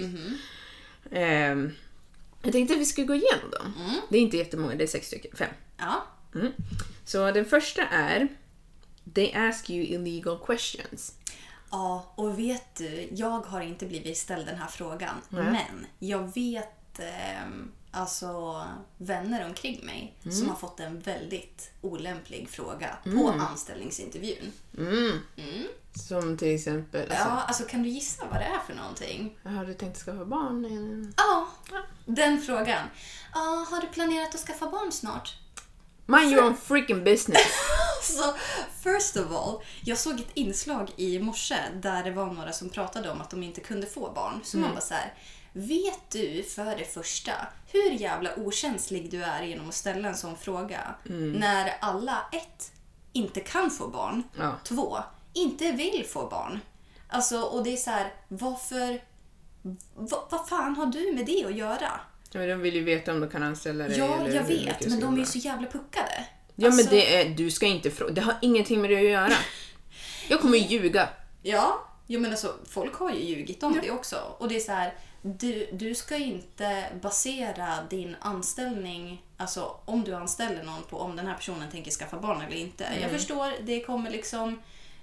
Jag tänkte att vi skulle gå igenom dem. Det är inte jättemånga, det är 6 stycken. 5. Ja. Så den första är They ask you illegal questions. Ja, och vet du, jag har inte blivit ställd den här frågan. Men jag vet alltså vänner omkring mig som har fått en väldigt olämplig fråga på anställningsintervjun. Som till exempel... Alltså, ja, alltså kan du gissa vad det är för någonting? Har du tänkt skaffa barn? Ja, den frågan. Har du planerat att skaffa barn snart? Mind your own freaking business. Så, first of all, jag såg ett inslag i morse där det var några som pratade om att de inte kunde få barn. Så man bara så här, vet du för det första hur jävla okänslig du är genom att ställa en sån fråga när alla 1, inte kan få barn, 2, inte vill få barn. Alltså, och det är så här, varför, vad fan har du med det att göra? Ja, de vill ju veta om de kan anställa dig. Ja, jag vet, men de är ju så jävla puckade. Ja, alltså... men det är, du ska inte fråga. Det har ingenting med det att göra. Jag kommer ljuga. Ja, men alltså, folk har ju ljugit om det också. Och det är så här, du ska inte basera din anställning, alltså om du anställer någon på om den här personen tänker skaffa barn eller inte. Jag förstår, det kommer liksom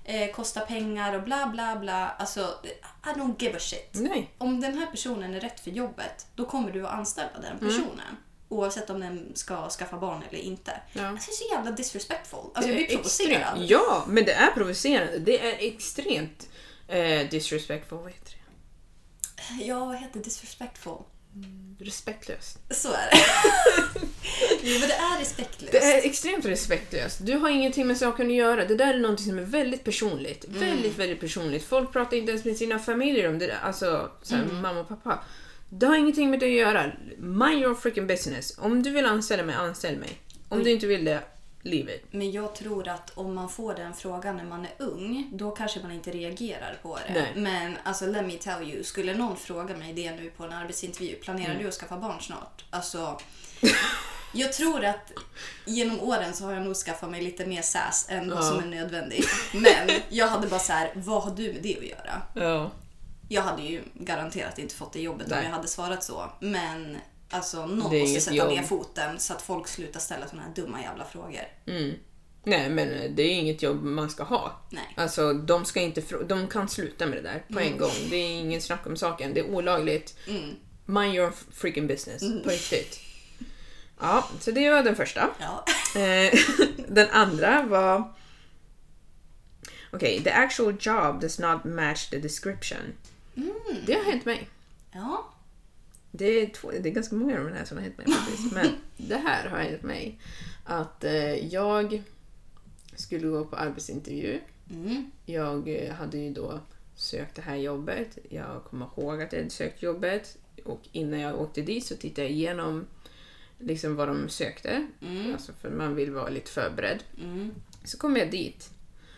kostar pengar och bla bla bla. Alltså, I don't give a shit. Nej. Om den här personen är rätt för jobbet, då kommer du att anställa den personen. Oavsett om den ska skaffa barn eller inte. Ja. Alltså, det är så jävla disrespectful. Alltså, jag blir provocerad. Ja, men det är provocerande. Det är extremt disrespectful. Vad heter det? Ja, vad heter disrespectful? Respektlöst. Så är det. Jo, men det är respektlöst. Det är extremt respektlöst. Du har ingenting med saken att göra. Det där är något som är väldigt personligt. Väldigt, väldigt personligt. Folk pratar inte ens med sina familjer om det där. Alltså, såhär, mamma och pappa. Det har ingenting med det att göra. Mind your freaking business. Om du vill anställa mig, anställ mig. Om du inte vill det, leave it. Men jag tror att om man får den frågan när man är ung, då kanske man inte reagerar på det. Nej. Men alltså, let me tell you, skulle någon fråga mig det nu på en arbetsintervju, planerar du att skaffa barn snart? Alltså, jag tror att genom åren så har jag nog skaffat mig lite mer sass än vad som är nödvändigt. Men jag hade bara så här, vad har du med det att göra? Ja. Jag hade ju garanterat inte fått det jobbet om jag hade svarat så. Men alltså, någon Det är måste inget sätta jobb. ner foten så att folk slutar ställa såna här dumma jävla frågor. Nej, men det är inget jobb man ska ha. Nej. Alltså, de kan sluta med det där på en gång. Det är ingen snack om saken. Det är olagligt. Mind your freaking business. På riktigt. Ja, så det var den första. Ja. Den andra var... Okej, the actual job does not match the description. Det har hänt mig. Ja. Det är ganska många av de här som har hänt mig faktiskt. Men det här har hänt mig. Att jag skulle gå på arbetsintervju. Jag hade ju då sökt det här jobbet. Jag kommer ihåg att jag hade sökt jobbet. Och innan jag åkte dit så tittade jag igenom liksom vad de sökte. Alltså för man vill vara lite förberedd. Så kom jag dit.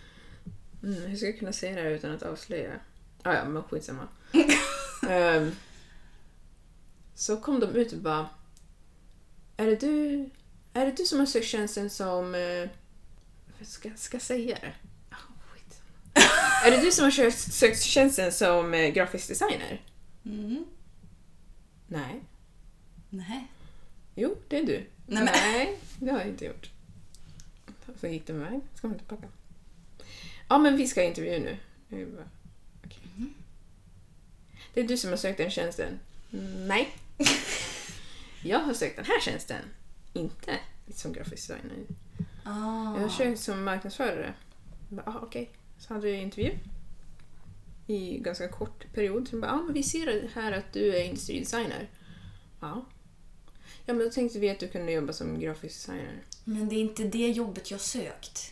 Hur ska jag kunna säga det här utan att avslöja? Ja, men skitsamma. Så kom de ut och bara... Är det du som har sökt tjänsten som... ska säga det? Skitsamma. Är det du som har sökt tjänsten som grafisk designer? Nej. Nej. Jo, det är du. Nej, det har jag inte gjort. Så gick de iväg. Ska man tillbaka? Ja, men vi ska intervjua nu. Jag bara, okay. Det är du som har sökt den tjänsten. Nej. Jag har sökt den här tjänsten. Inte som grafisk designer. Jag har sökt som marknadsförare. Okej. Så hade jag intervju. I ganska kort period. Så bara, men vi ser här att du är industridesigner. Ja, men då tänkte vi att du kunde jobba som grafisk designer. Men det är inte det jobbet jag sökt.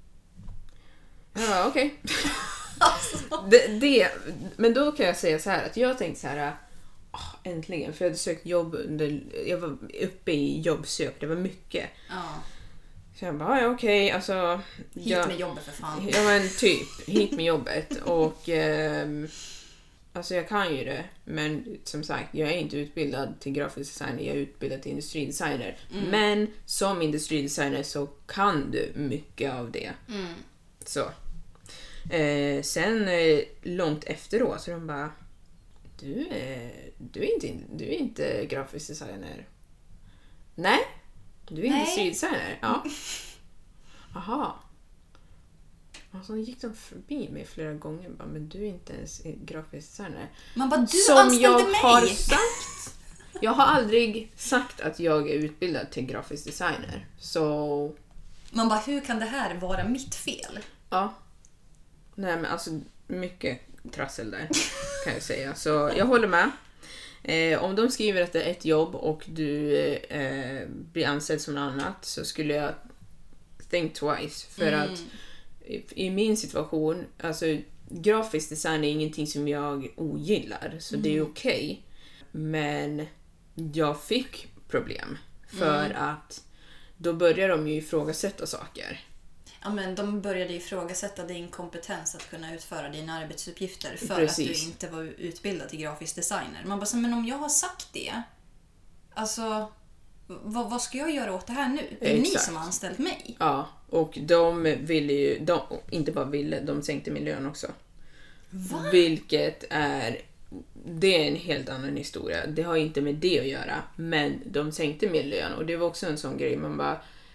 Ja, okej. Alltså. Men då kan jag säga så här att jag tänkte så här, äntligen, för jag hade sökt jobb jag var uppe i jobbsök, det var mycket. Ja. Så jag bara, okej, alltså... Hit med jobbet för fan. Ja, men typ, hit med jobbet. Och alltså jag kan ju det, men som sagt, jag är inte utbildad till grafisk designer, jag är utbildad till industridesigner. Men som industridesigner så kan du mycket av det. Så. Sen långt efteråt så de bara, du är inte grafisk designer. Nej, du är industridesigner. Ja. Aha. Och så gick de förbi mig flera gånger bara, men du är inte ens grafisk designer. Man bara, du som anställde jag mig. Har sagt. Jag har aldrig sagt att jag är utbildad till grafisk designer. Så... Man bara, hur kan det här vara mitt fel? Ja. Nej, men alltså mycket trassel där kan jag säga. Så jag håller med. Om de skriver att det är ett jobb och du blir anställd som något annat så skulle jag think twice. För att i min situation, alltså grafisk design är ingenting som jag ogillar. Så det är okej. Men jag fick problem. För att då börjar de ju ifrågasätta saker. Ja, men de började ifrågasätta din kompetens att kunna utföra dina arbetsuppgifter för Precis. att du inte var utbildad till grafisk designer. Man bara, men om jag har sagt det, alltså vad ska jag göra åt det här nu? Det är ni som har anställt mig. Ja, och de ville ju, inte bara ville, de sänkte min lön också. Va? Vilket det är en helt annan historia. Det har inte med det att göra, men de sänkte min lön och det var också en sån grej man bara,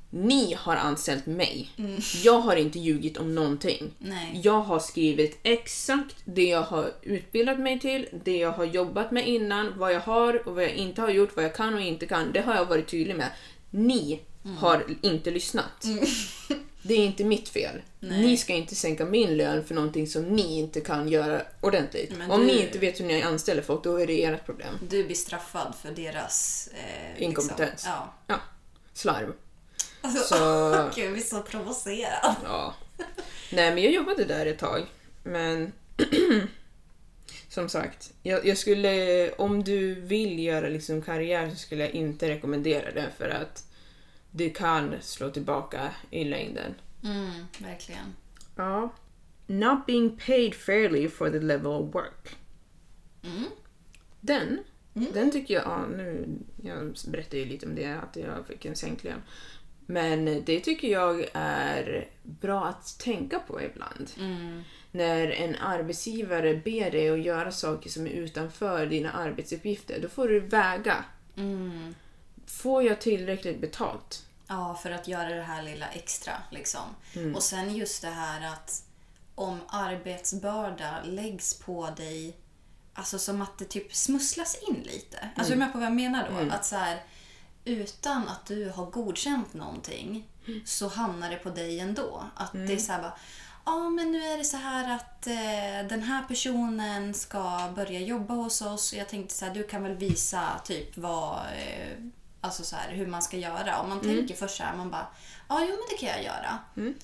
ni har anställt mig. Jag har inte ljugit om någonting. Nej. Jag har skrivit exakt det jag har utbildat mig till, det jag har jobbat med innan, vad jag har och vad jag inte har gjort, vad jag kan och inte kan. Det har jag varit tydlig med. Ni har inte lyssnat. Det är inte mitt fel. Nej. Ni ska inte sänka min lön för någonting som ni inte kan göra ordentligt. Men om ni inte vet hur ni anställer folk, då är det ert problem. Du blir straffad för deras inkompetens. Liksom. Ja. Slarv. Alltså, Så... Gud, vi är så provocerad. Ja. Nej, men jag jobbade där ett tag. Men som sagt, jag skulle, om du vill göra liksom karriär, så skulle jag inte rekommendera det, för att det kan slå tillbaka i längden. Verkligen. Ja. Not being paid fairly for the level of work. Den tycker jag, jag berättade ju lite om det, att jag fick en sänklön. Men det tycker jag är bra att tänka på ibland. När en arbetsgivare ber dig att göra saker som är utanför dina arbetsuppgifter, då får du väga. Får jag tillräckligt betalt? Ja, för att göra det här lilla extra liksom. Och sen just det här att om arbetsbörda läggs på dig, alltså som att det typ smusslas in lite. Alltså är du med på vad jag menar då? Att så här, utan att du har godkänt någonting så hamnar det på dig ändå. Att det är så här bara, men nu är det så här att den här personen ska börja jobba hos oss. Jag tänkte så här, du kan väl visa typ vad, alltså så här, hur man ska göra. Om man tänker först så här, man bara, men det kan jag göra.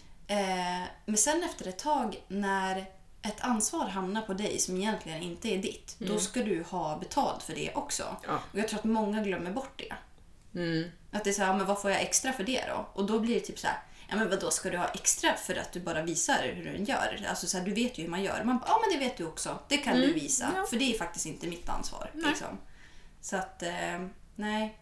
Men sen efter ett tag, när ett ansvar hamnar på dig som egentligen inte är ditt, då ska du ha betalt för det också. Och jag tror att många glömmer bort det. Att det är så här, men vad får jag extra för det då? Och då blir det typ så här, men vadå, ska du ha extra för att du bara visar hur du gör? Alltså så här, du vet ju hur man gör. Man bara, men det vet du också. Det kan du visa. För det är faktiskt inte mitt ansvar. Liksom. Så att, nej.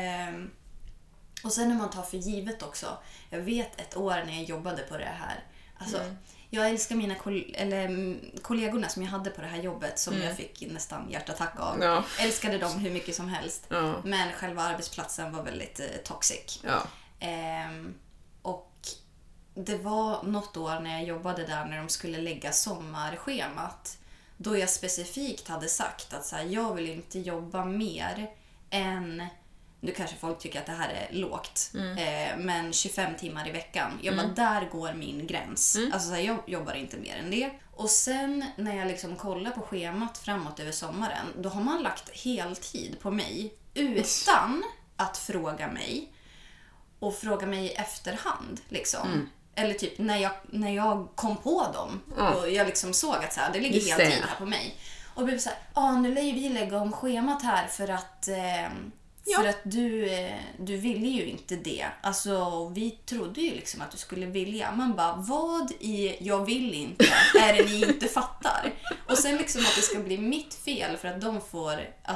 Och sen när man tar för givet också. Jag vet ett år när jag jobbade på det här. Alltså, jag älskar mina kollegorna som jag hade på det här jobbet, som jag fick nästan hjärtattack av. Ja. Älskade dem hur mycket som helst. Ja. Men själva arbetsplatsen var väldigt toxic. Ja. Och det var något år när jag jobbade där, när de skulle lägga sommarschemat, då jag specifikt hade sagt att så här, jag vill inte jobba mer än, nu kanske folk tycker att det här är lågt, men 25 timmar i veckan. Jag bara, där går min gräns. Alltså så här, jag jobbar inte mer än det. Och sen när jag liksom kollar på schemat framåt över sommaren, då har man lagt heltid på mig utan att fråga mig. Och fråga mig i efterhand liksom. Eller typ när jag kom på dem och jag liksom såg att så här, det ligger heltid här på mig. Och blev så här, nu lär vi lägga om schemat här för att för att du ville ju inte det. Alltså vi trodde ju liksom att du skulle vilja. Man bara, vad i jag vill inte är det ni inte fattar? Och sen liksom att det ska bli mitt fel för att de får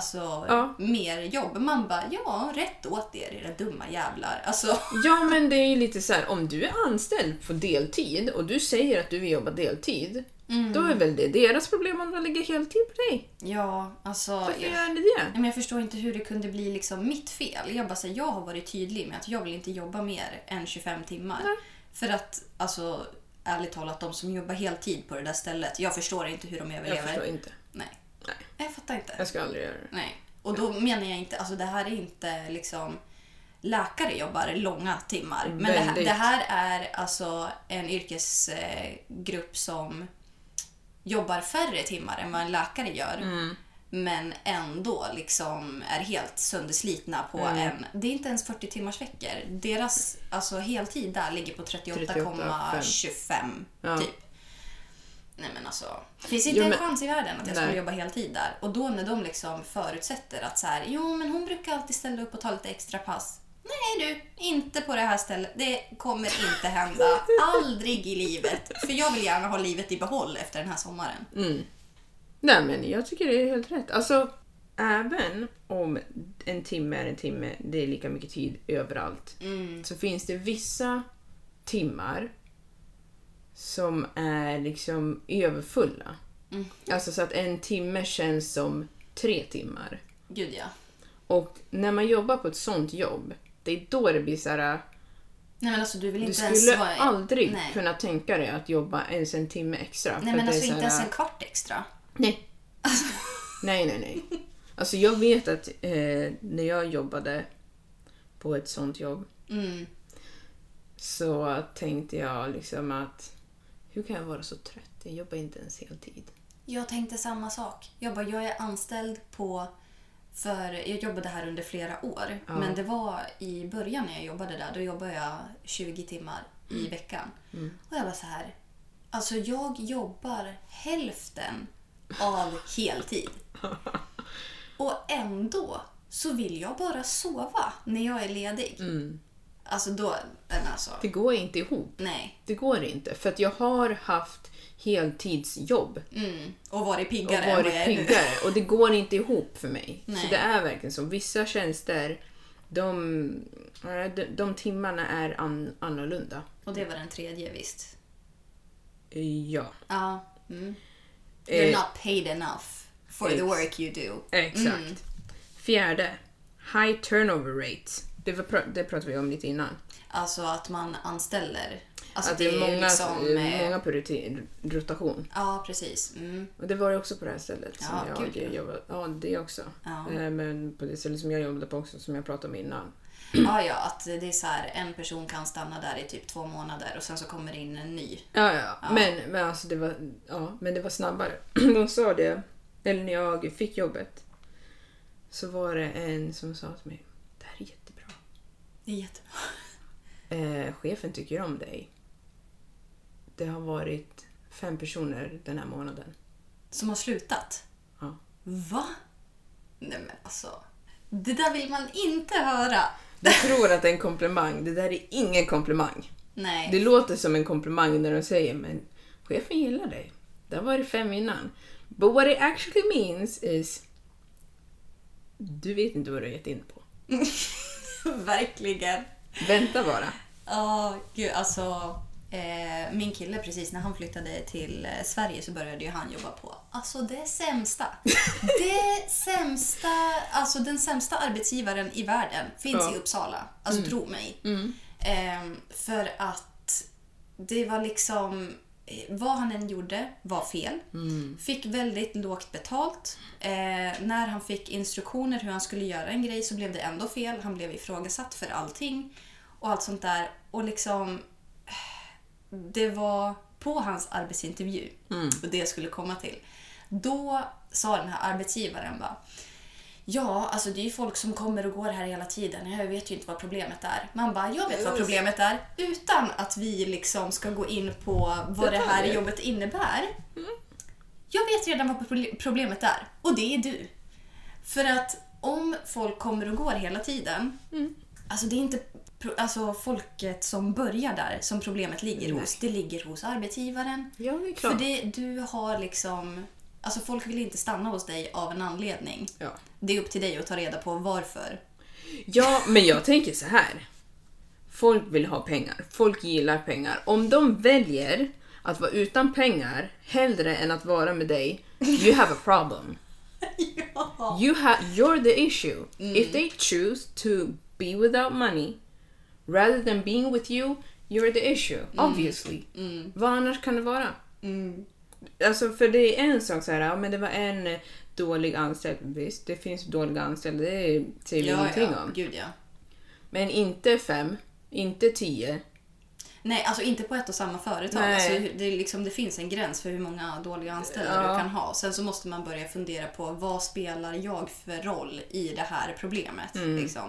mer jobb. Man bara, rätt åt er, era dumma jävlar. Alltså. Ja, men det är ju lite så här, om du är anställd på deltid och du säger att du vill jobba deltid, då är väl det deras problem om de lägger heltid på dig. Ja, alltså. Varför gör ni det? Men jag förstår inte hur det kunde bli liksom mitt fel. Jag bara säger, jag har varit tydlig med att jag vill inte jobba mer än 25 timmar. För att, alltså, ärligt talat, de som jobbar heltid på det där stället, jag förstår inte hur de överlever. Jag förstår inte. Nej. Jag fattar inte. Jag ska aldrig göra det. Nej. Och då menar jag inte, alltså det här är inte liksom, läkare jobbar långa timmar. Men det här är alltså en yrkesgrupp som jobbar färre timmar än vad en läkare gör. Men ändå liksom är helt sönderslitna på det är inte ens 40 timmars veckor. Deras alltså heltid där ligger på 38,25 typ. Nej men alltså, det finns inte en chans i världen att jag skulle jobba heltid där. Och då när de liksom förutsätter att så här, men hon brukar alltid ställa upp och ta lite extra pass. Nej du, inte på det här stället. Det kommer inte hända. Aldrig i livet. För jag vill gärna ha livet i behåll efter den här sommaren. Nej men jag tycker det är helt rätt. Alltså, även om en timme är en timme, det är lika mycket tid överallt. Så finns det vissa timmar som är liksom överfulla. Alltså så att en timme känns som 3 timmar. Gud ja. Och när man jobbar på ett sånt jobb, det är då det blir så här, Nej, men alltså du vill inte Du skulle ens aldrig kunna tänka dig att jobba ens en timme extra. Nej, men alltså inte ens en kvart extra. Nej. Nej. Alltså jag vet att när jag jobbade på ett sånt jobb så tänkte jag liksom att hur kan jag vara så trött? Jag jobbar inte ens heltid. Jag tänkte samma sak. Jag är anställd för jag jobbade här under flera år. Ja. Men det var i början när jag jobbade där. Då jobbade jag 20 timmar i veckan. Och jag var så här. Alltså jag jobbar hälften av heltid. Och ändå så vill jag bara sova när jag är ledig. Alltså då... Alltså, det går inte ihop. Nej. Det går inte. För att jag har haft heltidsjobb. Och varit piggare. Och det går inte ihop för mig. Nej. Så det är verkligen så. Vissa tjänster, de timmarna är annorlunda. Och det var den tredje, visst? Ja. Ja. You're not paid enough for the work you do. Exakt. Fjärde. High turnover rate. Det pratade vi om lite innan. Alltså att man anställer. Alltså att det är många, liksom, många på rotation. Ja, precis. Och det var det också på det här stället som jag jobbade. Ja, det också. Ja. Men på det stället som jag jobbade på också, som jag pratade om innan. Ja, att det är så här, en person kan stanna där i typ 2 månader och sen så kommer det in en ny. Ja. Men alltså det var snabbare. De sa det, eller när jag fick jobbet så var det en som sa till mig, det här är jättebra. Det är jättebra. Chefen tycker om dig. Det har varit 5 personer den här månaden. Som har slutat? Ja. Va? Nej men alltså, det där vill man inte höra. Du tror att det är en komplimang. Det där är ingen komplimang. Nej. Det låter som en komplimang när de säger, men chefen gillar dig. Det har varit 5 innan. But what it actually means is du vet inte vad du har gett in på. Verkligen. Vänta bara. Ja, gud, alltså min kille precis när han flyttade till Sverige så började ju han jobba på det sämsta. Alltså den sämsta arbetsgivaren i världen finns i Uppsala. Alltså tro mig. För att det var liksom vad han än gjorde var fel. Fick väldigt lågt betalt. När han fick instruktioner hur han skulle göra en grej så blev det ändå fel. Han blev ifrågasatt för allting och allt sånt där. Och liksom det var på hans arbetsintervju och det jag skulle komma till. Då sa den här arbetsgivaren bara, ja, alltså det är ju folk som kommer och går här hela tiden. Jag vet ju inte vad problemet är. Man bara, jag vet vad problemet är. Utan att vi liksom ska gå in på vad det här jobbet innebär. Jag vet redan vad problemet är. Och det är du. För att om folk kommer och går hela tiden. Alltså det är inte folket som börjar där som problemet ligger hos. Det ligger hos arbetsgivaren. Ja, det är klart. För du har liksom... Alltså folk vill inte stanna hos dig av en anledning. Ja. Det är upp till dig att ta reda på varför. Ja, men jag tänker så här. Folk vill ha pengar. Folk gillar pengar. Om de väljer att vara utan pengar hellre än att vara med dig, you have a problem. Ja. You're the issue. If they choose to be without money rather than being with you, you're the issue. Obviously. Vad annars kan det vara? Alltså för det är en sak så här, ja, men det var en dålig anställd. Visst, det finns dåliga anställda, det säger vi ingenting om. Gud, ja. Men inte 5, inte 10. Nej, alltså inte på ett och samma företag. Alltså, det finns en gräns för hur många dåliga anställda du kan ha. Sen så måste man börja fundera på vad spelar jag för roll i det här problemet. Liksom.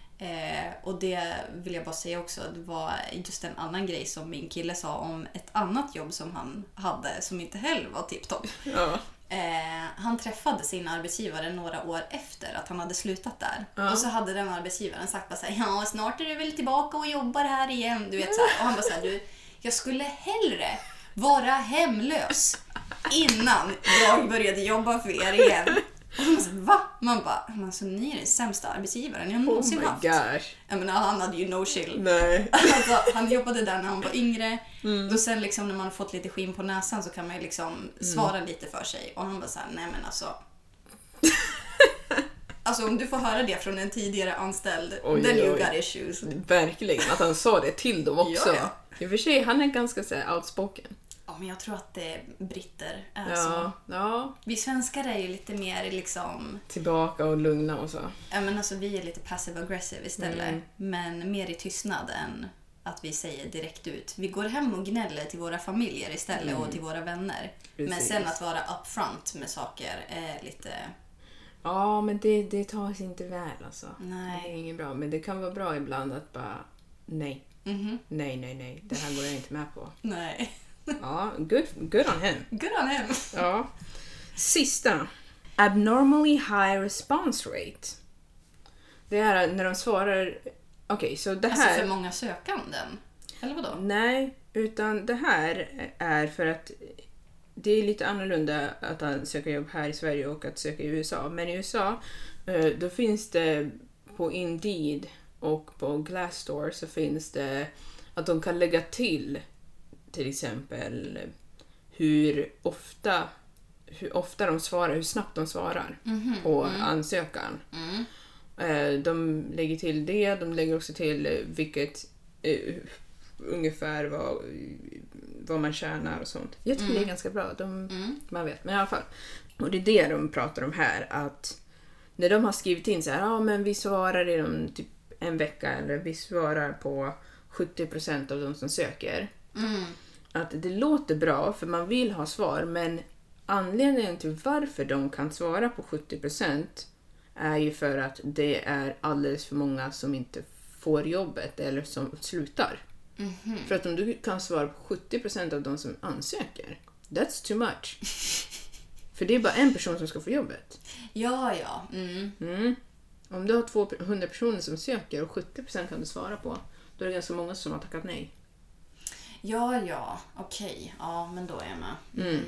Och det vill jag bara säga också, det var just en annan grej som min kille sa om ett annat jobb som han hade som inte heller var tipptopp. Ja. Han träffade sin arbetsgivare några år efter att han hade slutat där. Och så hade den arbetsgivaren sagt bara så här, ja, snart är du väl tillbaka och jobbar här igen, du vet så här. Och han bara så här, jag skulle hellre vara hemlös innan jag började jobba för er igen. Och man sa, va? Man bara, alltså, ni är den sämsta arbetsgivaren jag någonsin haft. Gosh. Jag menar, han hade ju no chill. Nej. Alltså, han jobbade där när han var yngre. Och sen liksom, när man har fått lite skinn på näsan så kan man ju liksom svara lite för sig. Och han bara så här, nej men alltså. Alltså om du får höra det från en tidigare anställd, then you got issues. Verkligen, att han sa det till dem också. Ja. I och för sig, han är ganska så här outspoken. Ja, men jag tror att det britter är så. Ja. Vi svenskar är ju lite mer liksom... Tillbaka och lugna och så. Ja, men alltså vi är lite passive aggressive istället. Men mer i tystnad än att vi säger direkt ut. Vi går hem och gnäller till våra familjer istället och till våra vänner. Precis. Men sen att vara upfront med saker är lite... Ja, men det tar sig inte väl alltså. Nej. Det är inget bra. Men det kan vara bra ibland att bara nej. Nej. Det här går jag inte med på. Nej. Ja, good on him. Good on him. Ja. Sista. Abnormally high response rate. Det är när de svarar... Okej, så det här... Alltså för många sökanden? Eller vadå? Nej, utan det här är för att det är lite annorlunda att söka jobb här i Sverige och att söka i USA. Men i USA, då finns det på Indeed och på Glassdoor så finns det att de kan lägga till exempel hur ofta de svarar, hur snabbt de svarar på ansökan. De lägger till det, de lägger också till vilket ungefär vad man tjänar och sånt. Jag tycker det är ganska bra, man vet, men i alla fall. Och det är det de pratar om här, att när de har skrivit in så här, men vi svarar inom typ en vecka eller vi svarar på 70% av de som söker. Att det låter bra för man vill ha svar, men anledningen till varför de kan svara på 70% är ju för att det är alldeles för många som inte får jobbet eller som slutar. För att om du kan svara på 70% av de som ansöker, that's too much. För det är bara en person som ska få jobbet. Ja. Om du har 200 personer som söker och 70% kan du svara på, då är det ganska många som har tackat nej. Ja, okej. Ja, men då är jag med.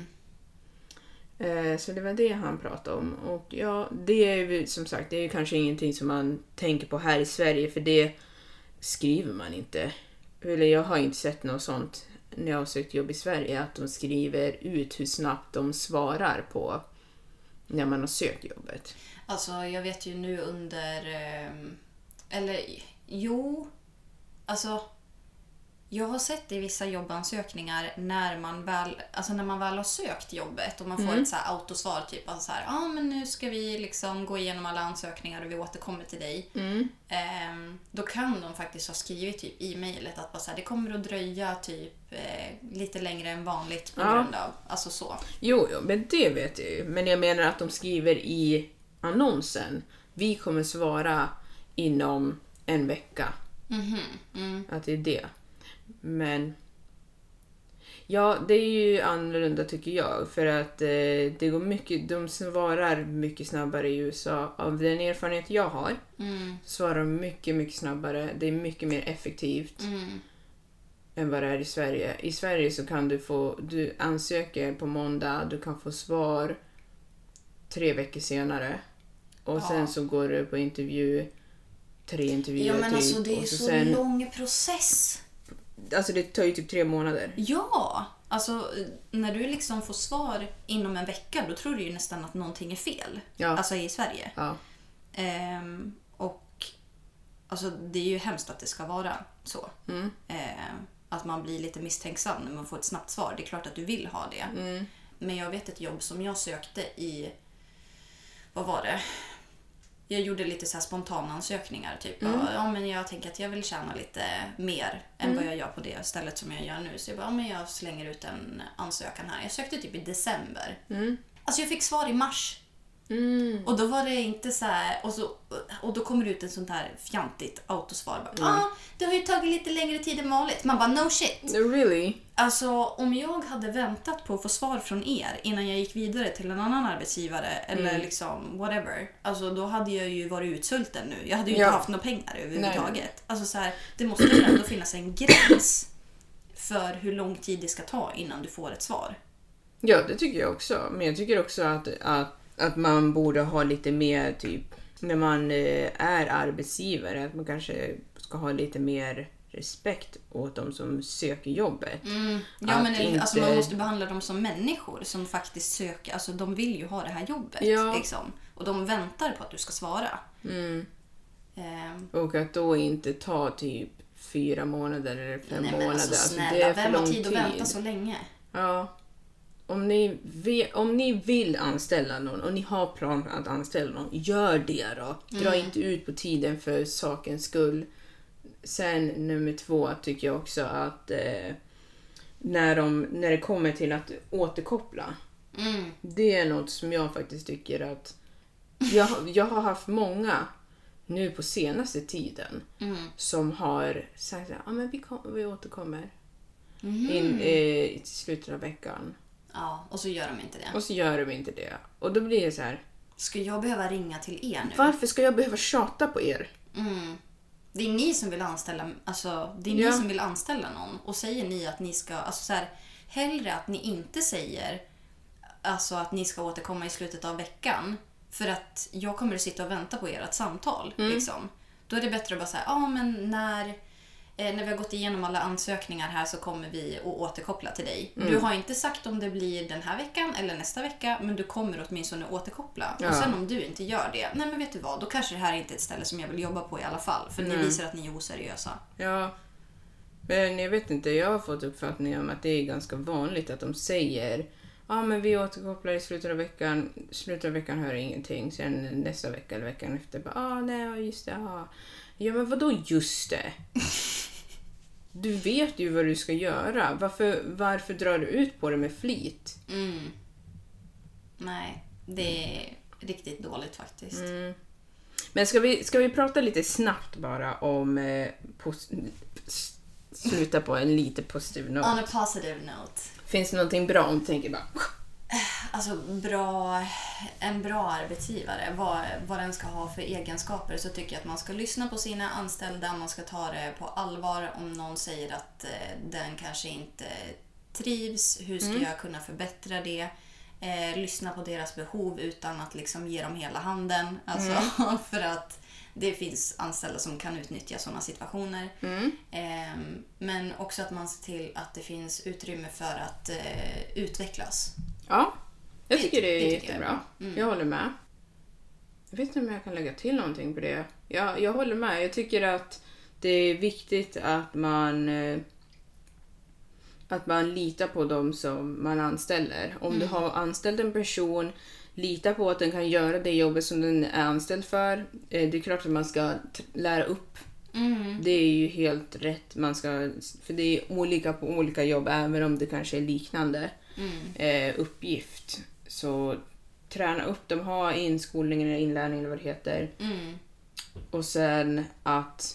Så det var det han pratade om. Och ja, det är ju som sagt, det är ju kanske ingenting som man tänker på här i Sverige, för det skriver man inte. Eller jag har inte sett något sånt när jag har sökt jobb i Sverige, att de skriver ut hur snabbt de svarar på när man har sökt jobbet. Alltså jag vet ju nu under... jag har sett i vissa jobbansökningar när man väl har sökt jobbet och man får ett så här autosvar typ alltså så här, men nu ska vi liksom gå igenom alla ansökningar och vi återkommer till dig. Då kan de faktiskt ha skrivit typ i mejlet att bara så här, det kommer att dröja typ lite längre än vanligt på grund av alltså så. Jo, men det vet jag ju. Men jag menar att de skriver i annonsen, vi kommer svara inom en vecka. Att det är det. Men ja, det är ju annorlunda tycker jag, för att det går mycket, de svarar mycket snabbare i USA. Av den erfarenhet jag har svarar de mycket, mycket snabbare. Det är mycket mer effektivt än vad det är i Sverige. I Sverige så kan du ansöker på måndag, du kan få svar 3 veckor senare. Och sen så går du på intervju, 3 intervjuer. Ja, men alltså det är så lång process. Alltså det tar ju typ 3 månader. Ja, alltså när du liksom får svar inom en vecka, då tror du ju nästan att någonting är fel. Ja. Alltså i Sverige. Ja. Och alltså det är ju hemskt att det ska vara så. Att man blir lite misstänksam när man får ett snabbt svar. Det är klart att du vill ha det. Men jag vet ett jobb som jag sökte i... Vad var det? Jag gjorde lite så här spontana ansökningar typ. Men jag tänker att jag vill tjäna lite mer än vad jag gör på det stället som jag gör nu. Så jag bara, men jag slänger ut en ansökan här. Jag sökte typ i december. Alltså jag fick svar i mars. Och då var det inte så här, och då kommer det ut en sånt här fjantigt autosvar. Det har ju tagit lite längre tid än vanligt. Man bara, no shit. Really? Alltså om jag hade väntat på att få svar från er innan jag gick vidare till en annan arbetsgivare eller liksom whatever. Alltså då hade jag ju varit utsölten nu. Jag hade ju inte haft några pengar överhuvudtaget. Alltså så här, det måste ju ändå finnas en gräns för hur lång tid det ska ta innan du får ett svar. Ja, det tycker jag också. Men jag tycker också att man borde ha lite mer typ när man är arbetsgivare, att man kanske ska ha lite mer respekt åt de som söker jobbet. Ja, men alltså, man måste behandla dem som människor som faktiskt söker. Alltså de vill ju ha det här jobbet. Ja. Liksom. Och de väntar på att du ska svara. Och att då inte ta typ 4 månader eller 5 månader. Men alltså, snälla, det är för vem lång har tid tid att vänta så länge? Ja. Om ni vill anställa någon och ni har plan att anställa någon, gör det då. Dra inte ut på tiden för sakens skull. Sen nummer 2 tycker jag också att när det kommer till att återkoppla. Det är något som jag faktiskt tycker att jag har haft många nu på senaste tiden som har sagt att men vi återkommer i slutet av veckan. Ja, och så gör de inte det. Och så gör de inte det. Och då blir det så här. Ska jag behöva ringa till er nu? Varför ska jag behöva tjata på er? Det är ni som vill anställa, alltså det är ni som vill anställa någon. Och säger ni att ni ska, alltså så här, hellre att ni inte säger alltså att ni ska återkomma i slutet av veckan. För att jag kommer att sitta och vänta på ert samtal. Liksom. Då är det bättre att bara säga, men när vi har gått igenom alla ansökningar här så kommer vi att återkoppla till dig. Du har inte sagt om det blir den här veckan eller nästa vecka, men du kommer åtminstone återkoppla. Och sen om du inte gör det, nej men vet du vad, då kanske det här är inte ett ställe som jag vill jobba på i alla fall. För ni visar att ni är oseriösa. Ja, men jag vet inte, jag har fått uppfattningen om att det är ganska vanligt att de säger men vi återkopplar i slutet av veckan. Slutet av veckan hör ingenting. Sen nästa vecka eller veckan efter bara, nej just det, Ja, men vadå just det? Du vet ju vad du ska göra. Varför drar du ut på det med flit? Nej, det är riktigt dåligt faktiskt. Men ska vi prata lite snabbt bara om sluta på en lite positiv note. On a positive note. Finns det någonting bra om du tänker bara? Alltså en bra arbetsgivare, vad den ska ha för egenskaper, så tycker jag att man ska lyssna på sina anställda, man ska ta det på allvar om någon säger att den kanske inte trivs, hur ska jag kunna förbättra det, lyssna på deras behov utan att liksom ge dem hela handen, alltså, för att det finns anställda som kan utnyttja sådana situationer. Men också att man ser till att det finns utrymme för att utvecklas. Ja, jag tycker det är jättebra. Jag håller med. Jag vet inte om jag kan lägga till någonting på det. Jag håller med. Jag tycker att det är viktigt att man litar på dem som man anställer. Om du har anställt en person, lita på att den kan göra det jobbet som den är anställd för. Det är klart att man ska lära upp. Det är ju helt rätt. För det är olika på olika jobb, även om det kanske är liknande uppgift. Så träna upp dem, ha inskolning eller inlärning eller vad det heter. Och sen att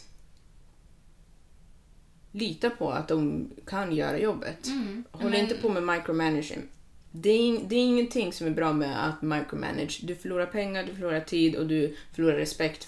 lita på att de kan göra jobbet. Håll inte på med micromanaging. Det är ingenting som är bra med att micromanage. Du förlorar pengar, du förlorar tid och du förlorar respekt.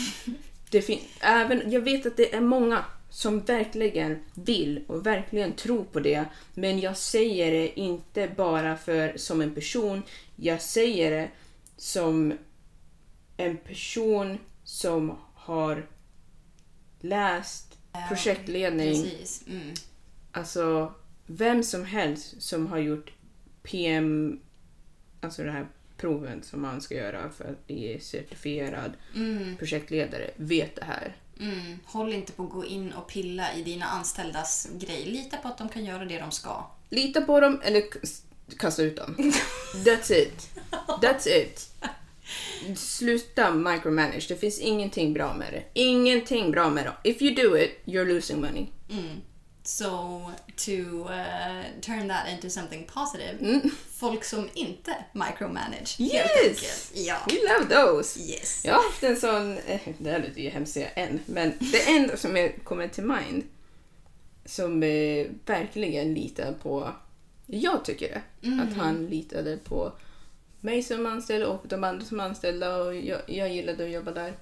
Jag vet att det är många som verkligen vill och verkligen tror på det. Men jag säger det inte bara som en person. Jag säger det som en person som har läst projektledning. Alltså vem som helst som har gjort PM, alltså det här proven som man ska göra för att bli certifierad projektledare, vet det här. Håll inte på att gå in och pilla i dina anställdas grej. Lita på att de kan göra det de ska. Lita på dem eller kasta ut dem. That's it. Sluta micromanage. Det finns ingenting bra med det. Ingenting bra med det. If you do it, you're losing money. So to turn that into something positive, folk som inte micromanage. Yes! Ja. We love those. Yes. Jag har haft en sån, det här låter ju hemskt säga men det enda som kommer till mind som verkligen litar på, jag tycker det, att han litade på mig som anställd och de andra som anställda, och jag gillade att jobba där.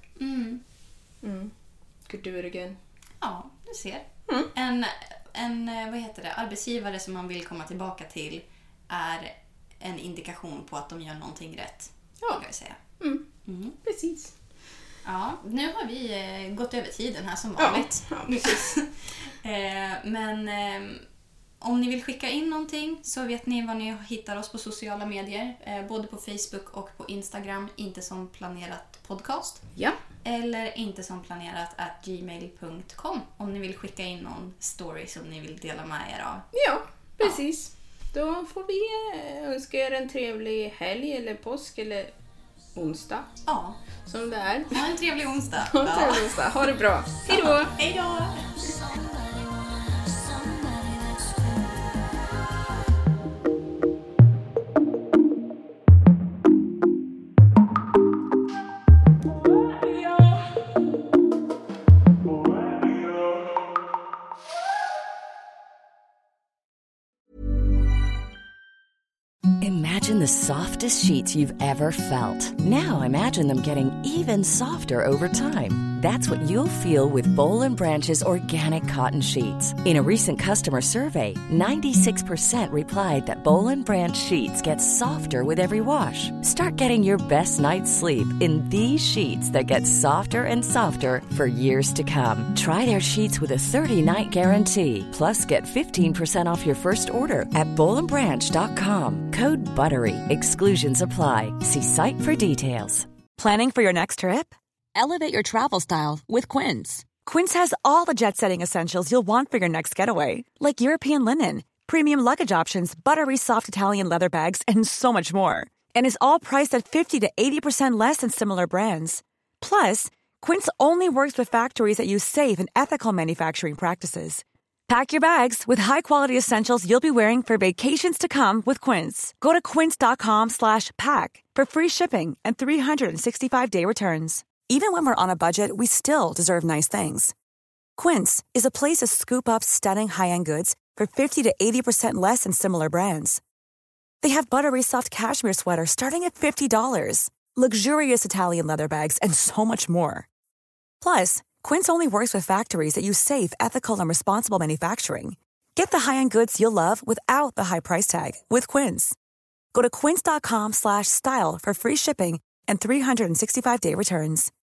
Could do it again. Ja, du ser. En arbetsgivare som man vill komma tillbaka till är en indikation på att de gör någonting rätt. Ja, kan jag säga. Precis. Ja, nu har vi gått över tiden här som vanligt. Ja, precis. Men om ni vill skicka in någonting så vet ni var ni hittar oss på sociala medier. Både på Facebook och på Instagram. Inte som planerat podcast. Ja. Eller inte som planerat @gmail.com om ni vill skicka in någon story som ni vill dela med er av. Ja, precis. Då får vi önska er en trevlig helg eller påsk eller onsdag. Ja. Som det är. Ha en trevlig onsdag. Ha en trevlig onsdag. Ha det bra. Hej då! Hej då! Imagine the softest sheets you've ever felt. Now imagine them getting even softer over time. That's what you'll feel with Boll & Branch's organic cotton sheets. In a recent customer survey, 96% replied that Boll & Branch sheets get softer with every wash. Start getting your best night's sleep in these sheets that get softer and softer for years to come. Try their sheets with a 30-night guarantee. Plus, get 15% off your first order at BollandBranch.com. Code BUTTERY. Exclusions apply. See site for details. Planning for your next trip? Elevate your travel style with Quince. Quince has all the jet-setting essentials you'll want for your next getaway, like European linen, premium luggage options, buttery soft Italian leather bags, and so much more. And is all priced at 50 to 80% less than similar brands. Plus, Quince only works with factories that use safe and ethical manufacturing practices. Pack your bags with high-quality essentials you'll be wearing for vacations to come with Quince. Go to quince.com/pack for free shipping and 365-day returns. Even when we're on a budget, we still deserve nice things. Quince is a place to scoop up stunning high-end goods for 50 to 80% less than similar brands. They have buttery soft cashmere sweaters starting at $50, luxurious Italian leather bags, and so much more. Plus, Quince only works with factories that use safe, ethical, and responsible manufacturing. Get the high-end goods you'll love without the high price tag with Quince. Go to quince.com/style for free shipping and 365-day returns.